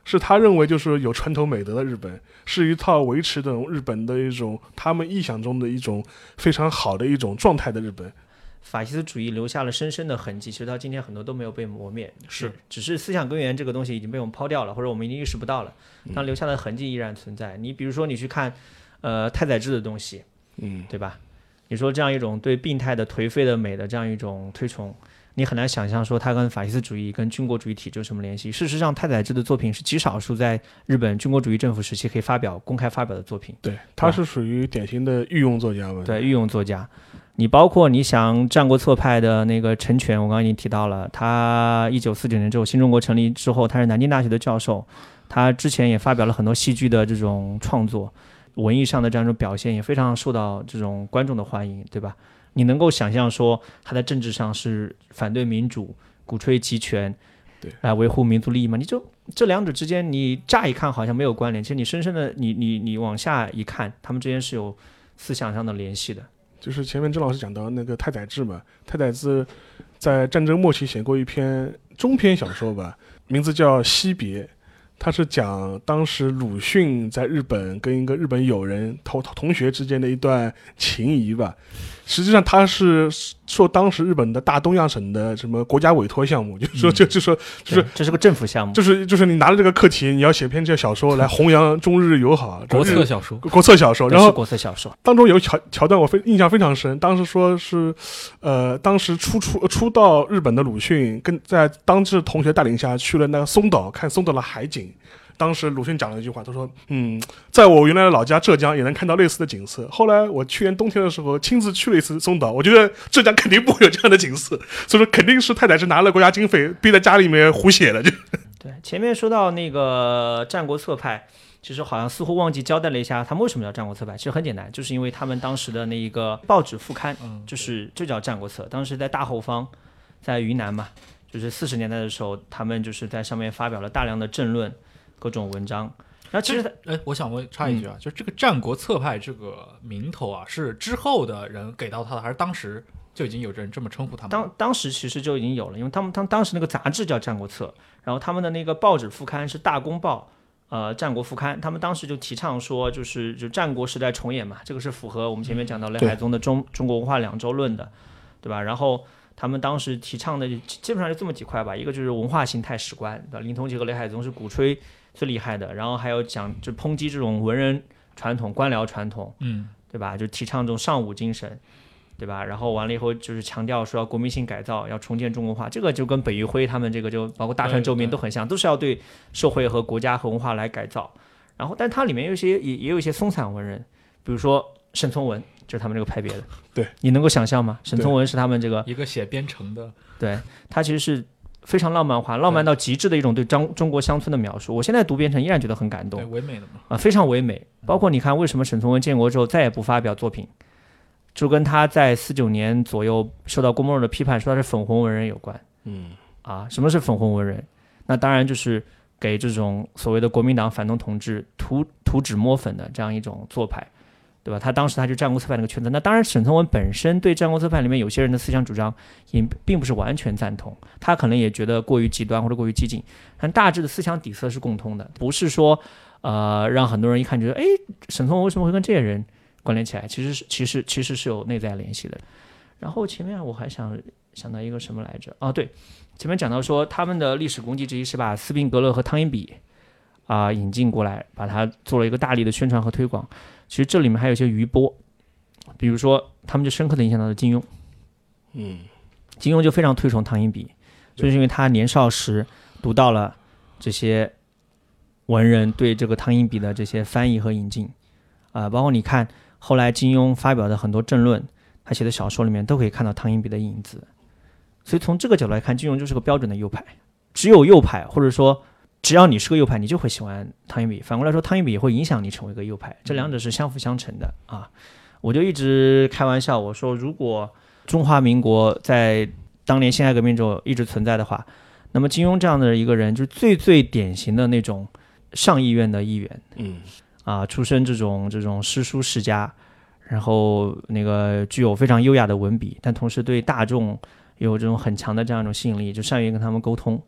是他认为就是有传统美德的日本，是一套维持的日本的一种他们臆想中的一种非常好的一种状态的日本。 法西斯主义留下了深深的痕迹，其实到今天很多都没有被磨灭， 是， 只是思想根源这个东西已经被我们抛掉了，或者我们已经意识不到了，但留下的痕迹依然存在。你比如说你去看呃太宰治的东西， 嗯， 对吧？你说这样一种对病态的颓废的美的这样一种推崇，你很难想象说它跟法西斯主义跟军国主义体制有什么联系。事实上太宰治的作品是极少数在日本军国主义政府时期可以发表公开发表的作品。 对，他是属于典型的御用作家嘛。 对，御用作家。你包括你想战国策派的那个陈全，我刚刚已经提到了，他一九四九年之后新中国成立之后，他是南京大学的教授，他之前也发表了很多戏剧的这种创作，文艺上的这样一种表现也非常受到这种观众的欢迎，对吧？你能够想象说他在政治上是反对民主，鼓吹集权， 对， 来维护民族利益吗？你就这两者之间，你乍一看好像没有关联，其实你深深的你你你往下一看，他们之间是有思想上的联系的。 就是前面郑老师讲到那个太宰治嘛，太宰治在战争末期写过一篇中篇小说吧，名字叫《惜别》，他是讲当时鲁迅在日本跟一个日本友人同同学之间的一段情谊吧。实际上他是受当时日本的大东亚省的什么国家委托项目，就是说就就说就是这是个政府项目， 就是就是你拿了这个课题，你要写篇这个小说来弘扬中日友好， 国策小说， 国策小说，然后国策小说当中有桥桥段我非印象非常深，当时说是，呃，当时初出初到日本的鲁迅跟在当时同学带领下去了那个松岛看松岛的海景。当时鲁迅讲了一句话，他说：“嗯，在我原来的老家浙江也能看到类似的景色。后来我去年冬天的时候亲自去了一次松岛，我觉得浙江肯定不会有这样的景色，所以说肯定是太宰治拿了国家经费逼在家里面胡写的。”就对，前面说到那个战国策派，其实好像似乎忘记交代了一下他们为什么叫战国策派。其实很简单，就是因为他们当时的那一个报纸副刊，就是就叫战国策。当时在大后方，在云南嘛，就是四十年代的时候，他们就是在上面发表了大量的政论。各种文章，然后其实， 哎，我想问插一句啊，嗯、就是这个战国策派这个名头啊，是之后的人给到他的，还是当时就已经有人这么称呼他们？ 当当时其实就已经有了，因为他们当当时那个杂志叫《战国策》，然后他们的那个报纸副刊是《大公报》，呃，《战国副刊》，他们当时就提倡说，就是就战国时代重演嘛，这个是符合我们前面讲到雷海宗的中中国文化两周论的，对吧？然后。他们当时提倡的基本上就这么几块吧，一个就是文化形态史观，对吧？林同济和雷海宗是鼓吹最厉害的，然后还有讲就抨击这种文人传统、官僚传统， 嗯， 对吧？就提倡这种尚武精神，对吧？然后完了以后就是强调说要国民性改造，要重建中国文化，这个就跟北余辉他们这个就包括大川周明都很像，都是要对社会和国家和文化来改造。然后，但它里面有一些也也有一些松散文人，比如说沈从文。就是他们这个派别的， 对， 你能够想象吗？沈从文是他们这个一个写编程的， 对，他其实是非常浪漫化、浪漫到极致的一种对中中国乡村的描述。我现在读编程依然觉得很感动， 对，唯美的嘛， 啊，非常唯美。包括你看，为什么沈从文建国之后再也不发表作品，就跟他在四九年左右受到郭沫若的批判，说他是粉红文人有关。 嗯， 啊，什么是粉红文人？那当然就是给这种所谓的国民党反动统治涂涂脂抹粉的这样一种做派。对吧？他当时他就战国策派那个圈子，那当然沈从文本身对战国策派里面有些人的思想主张也并不是完全赞同，他可能也觉得过于极端或者过于激进，但大致的思想底色是共通的，不是说呃让很多人一看觉得哎沈从文为什么会跟这些人关联起来，其实是其实其实是有内在联系的。然后前面我还想想到一个什么来着？哦对，前面讲到说他们的历史功绩之一是把斯宾格勒和汤因比啊、呃、引进过来，把它做了一个大力的宣传和推广。其实这里面还有一些余波，比如说他们就深刻的影响到了金庸， 嗯， 金庸就非常推崇汤因比，就是因为他年少时读到了这些文人对这个汤因比的这些翻译和引进，啊、呃，包括你看后来金庸发表的很多政论，他写的小说里面都可以看到汤因比的影子，所以从这个角度来看，金庸就是个标准的右派，只有右派或者说。只要你是个右派，你就会喜欢汤因比。反过来说，汤因比也会影响你成为一个右派，这两者是相辅相成的啊。我就一直开玩笑，我说如果中华民国在当年辛亥革命之后一直存在的话，那么金庸这样的一个人，就是最最典型的那种上议院的议员， 嗯， 啊，出身这种这种诗书世家，然后那个具有非常优雅的文笔，但同时对大众有这种很强的这样一种吸引力，就善于跟他们沟通。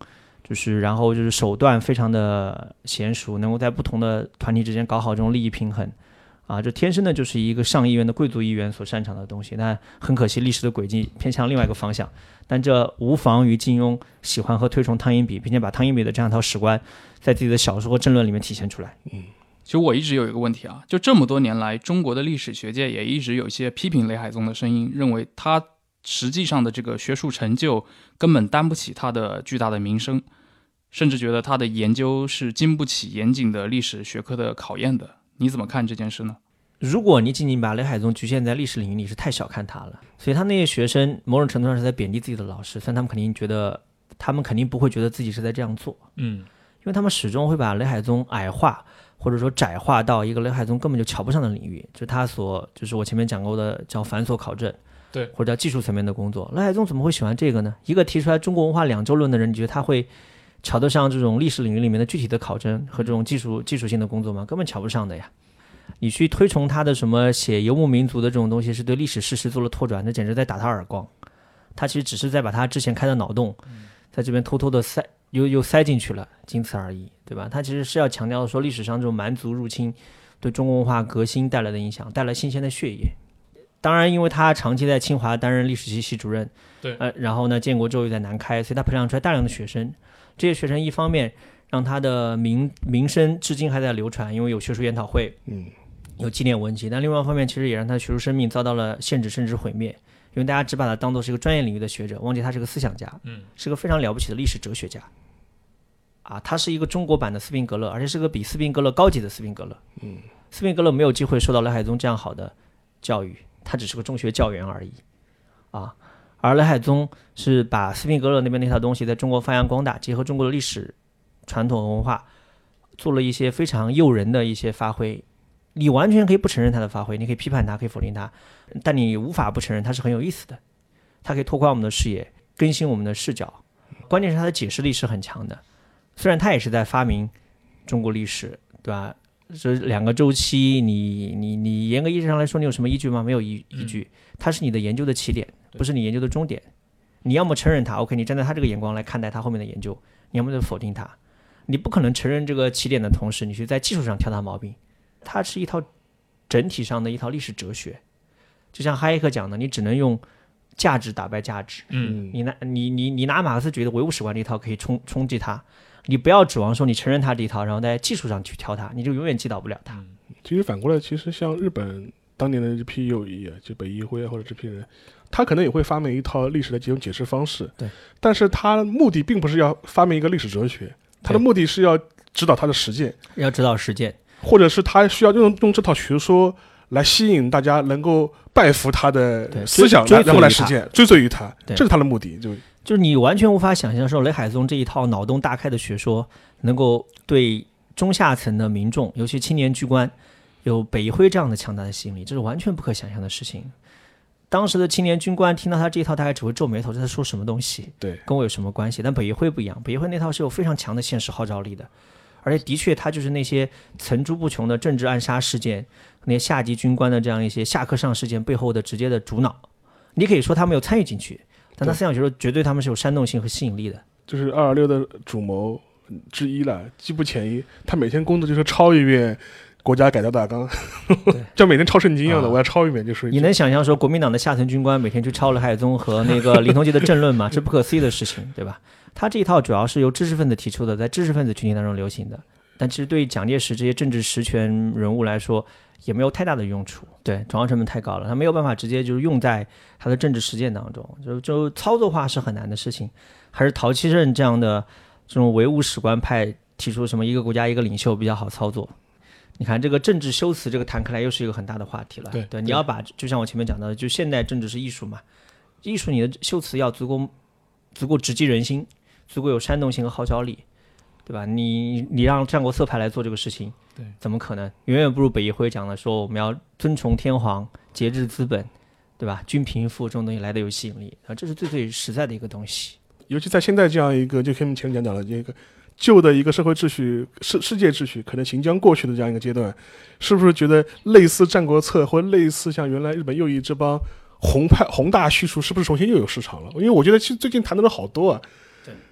就是然后就是手段非常的娴熟，能够在不同的团体之间搞好这种利益平衡啊，这天生的就是一个上议院的贵族议员所擅长的东西。但很可惜历史的轨迹偏向另外一个方向，但这无妨于金庸喜欢和推崇汤因比，并且把汤因比的这样一套史观在自己的小说和政论里面体现出来。 嗯， 其实我一直有一个问题啊，就这么多年来，中国的历史学界也一直有一些批评雷海宗的声音，认为他实际上的这个学术成就根本担不起他的巨大的名声，甚至觉得他的研究是经不起严谨的历史学科的考验的。你怎么看这件事呢？ 如果你仅仅把雷海宗局限在历史领域里，是太小看他了。所以他那些学生某种程度上是在贬低自己的老师，虽然他们肯定觉得，他们肯定不会觉得自己是在这样做， 嗯， 因为他们始终会把雷海宗矮化，或者说窄化到一个雷海宗根本就瞧不上的领域，就是他所就是我前面讲过的叫繁琐考证， 对， 或者叫技术层面的工作。雷海宗怎么会喜欢这个呢？一个提出来中国文化两周论的人，你觉得他会瞧得上这种历史领域里面的具体的考证和这种技术技术性的工作吗？根本瞧不上的呀。你去推崇他的什么写游牧民族的这种东西，是对历史事实做了拓展，那简直在打他耳光。他其实只是在把他之前开的脑洞，在这边偷偷的塞又又塞进去了，仅此而已，对吧？他其实是要强调说历史上这种蛮族入侵对中国文化革新带来的影响，带来新鲜的血液。当然，因为他长期在清华担任历史系系主任， 对， 呃，然后呢，建国之后又在南开，所以他培养出来大量的学生。这些学生一方面让他的名名声至今还在流传，因为有学术研讨会， 嗯， 有纪念文集，但另外一方面其实也让他的学术生命遭到了限制甚至毁灭，因为大家只把他当作是一个专业领域的学者，忘记他是个思想家， 嗯， 是个非常了不起的历史哲学家啊，他是一个中国版的斯宾格勒，而且是个比斯宾格勒高级的斯宾格勒。 嗯， 斯宾格勒没有机会受到雷海宗这样好的教育，他只是个中学教员而已啊。而雷海宗是把斯宾格勒那边那套东西在中国发扬光大，结合中国的历史传统文化，做了一些非常诱人的一些发挥。你完全可以不承认他的发挥，你可以批判他，可以否定他，但你无法不承认他是很有意思的，他可以拓宽我们的视野，更新我们的视角。关键是他的解释力是很强的，虽然他也是在发明中国历史，对吧？这两个周期，你你你严格意义上来说，你有什么依据吗？没有依依据，它是你的研究的起点，不是你研究的终点。你要么承认它 ，OK， 你站在他这个眼光来看待他后面的研究；你要么就否定它。你不可能承认这个起点的同时，你去在技术上挑他毛病。它是一套整体上的一套历史哲学，就像哈耶克讲的，你只能用价值打败价值。 嗯， 你拿你你你拿马克思主义的唯物史观这一套可以冲冲击它。你不要指望说你承认他这一套，然后在技术上去挑他，你就永远击倒不了他。 其实反过来，其实像日本当年的这批右翼啊，就北一辉啊或者这批人，他可能也会发明一套历史的几种解释方式。 对， 但是他目的并不是要发明一个历史哲学，他的目的是要指导他的实践， 要指导实践， 或者是他需要用用这套学说来吸引大家能够拜服他的思想，然后来实践，追随于他，这是他的目的。就就是你完全无法想象说雷海宗这一套脑洞大开的学说能够对中下层的民众，尤其青年军官，有北一辉这样的强大的吸引力，这是完全不可想象的事情。当时的青年军官听到他这一套，大概只会皱眉头，这在说什么东西？对，跟我有什么关系？但北一辉不一样，北一辉那套是有非常强的现实号召力的，而且的确，他就是那些层出不穷的政治暗杀事件，那些下级军官的这样一些下课上事件背后的直接的主脑。你可以说他没有参与进去，但他思想学说绝对他们是有煽动性和吸引力的。 就是二二六的主谋之一了，既不潜移，他每天工作就是抄一遍国家改造大纲，像每天抄圣经一样的，啊、我要抄一遍就是。 你能想象说国民党的下层军官每天去抄雷海宗和那个林同济的政论吗？这不可思议的事情，对吧？他这一套主要是由知识分子提出的，在知识分子群体当中流行的，但其实对于蒋介石这些政治实权人物来说也没有太大的用处，对，转化成本太高了，他没有办法直接就是用在他的政治实践当中，就就操作化是很难的事情。还是陶希圣这样的这种唯物史观派提出什么一个国家一个领袖比较好操作。你看这个政治修辞这个谈开来又是一个很大的话题了。 对, 对，你要把就像我前面讲到的，就现代政治是艺术嘛，艺术你的修辞要足够足够直击人心，足够有煽动性和号召力，对吧？你你让战国色派来做这个事情，对，怎么可能？远远不如北一辉讲的说我们要尊崇天皇，节制资本，对吧？均贫富这种东西来的有吸引力啊，这是最最实在的一个东西。 尤其在现在这样一个就跟我们前面讲讲的这个旧的一个社会秩序、世世界秩序可能行将过去的这样一个阶段，是不是觉得类似《战国策》或类似像原来日本右翼这帮宏派宏大叙述，是不是重新又有市场了？因为我觉得其实最近谈的都好多啊。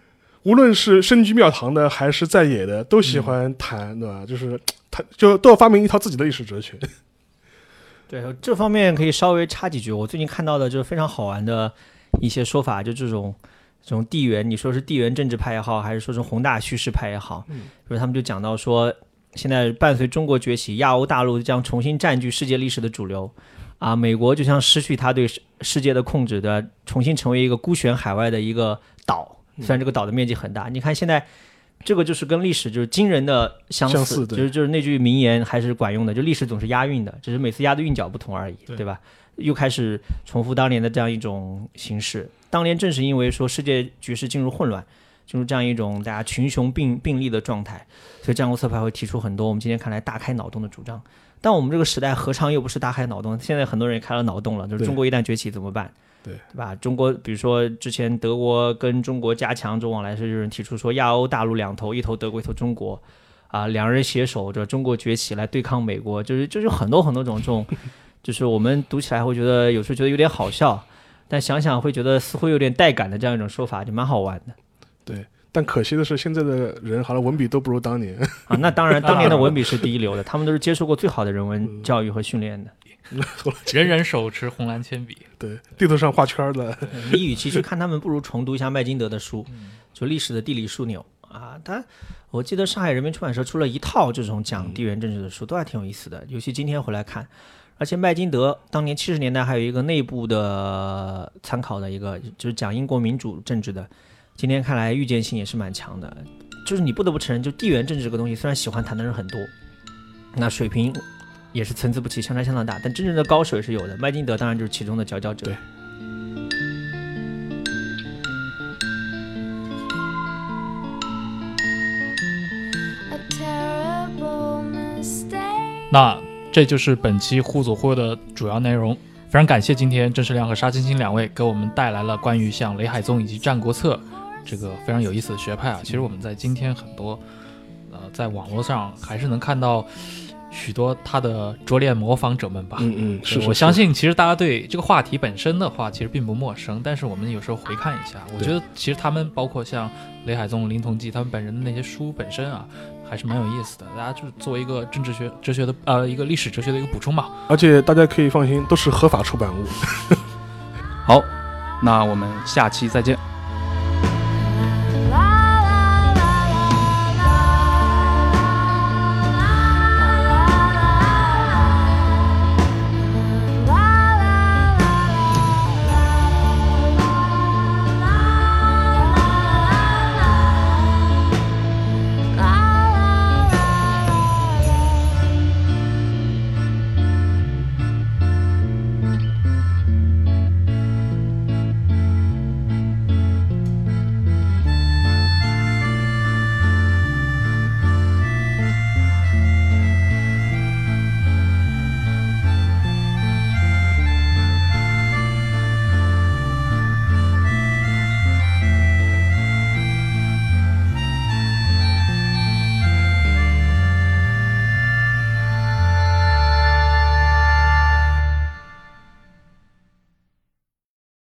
无论是身居庙堂的还是在野的，都喜欢谈，嗯、对吧？就是他就都要发明一套自己的历史哲学。 对，这方面可以稍微插几句。我最近看到的就是非常好玩的一些说法，就这种这种地缘，你说是地缘政治派也好，还是说是宏大叙事派也好，嗯，就是他们就讲到说，现在伴随中国崛起，亚欧大陆将重新占据世界历史的主流。啊，美国就像失去他对世界的控制的，重新成为一个孤悬海外的一个岛。虽然这个岛的面积很大，你看现在这个就是跟历史就是惊人的相似， 相似就是就是那句名言还是管用的，就历史总是押韵的，只是每次押的韵脚不同而已， 对, 对吧？又开始重复当年的这样一种形式。当年正是因为说世界局势进入混乱，进入这样一种大家群雄并并立的状态，所以战国策派会提出很多我们今天看来大开脑洞的主张。但我们这个时代何尝又不是大开脑洞？现在很多人也开了脑洞了，就是中国一旦崛起怎么办？ 对对吧？中国比如说之前德国跟中国加强这种往来时，有人提出说亚欧大陆两头，一头德国一头中国，啊，两人携手着中国崛起来对抗美国，就是就是很多很多种这种，就是我们读起来会觉得有时候觉得有点好笑，但想想会觉得似乎有点带感的这样一种说法，就蛮好玩的。 对。但可惜的是，现在的人好像文笔都不如当年啊。那当然，当年的文笔是第一流的，他们都是接受过最好的人文教育和训练的。 人人手持红蓝铅笔， 对，地图上画圈的。 你与其去看他们，不如重读一下麦金德的书，就历史的地理枢纽啊。他，我记得上海人民出版社出了一套这种讲地缘政治的书，都还挺有意思的。尤其今天回来看，而且麦金德当年七十年代还有一个内部的参考的一个，就是讲英国民主政治的。今天看来预见性也是蛮强的，就是你不得不承认，就地缘政治这个东西，虽然喜欢谈的人很多，那水平也是参差不齐，相差相当大，但真正的高手也是有的。麦金德当然就是其中的佼佼者。 对。 那这就是本期忽左忽右的主要内容。非常感谢今天郑世亮和沙青青两位给我们带来了关于像雷海宗以及战国策这个非常有意思的学派啊。其实我们在今天很多呃在网络上还是能看到许多他的拙劣模仿者们吧。 嗯嗯，是, 是, 是。 我相信其实大家对这个话题本身的话其实并不陌生，但是我们有时候回看一下，我觉得其实他们包括像雷海宗、林同济他们本人的那些书本身啊还是蛮有意思的，大家就是作为一个政治学哲学的呃一个历史哲学的一个补充吧。 而且大家可以放心，都是合法出版物。 好，那我们下期再见。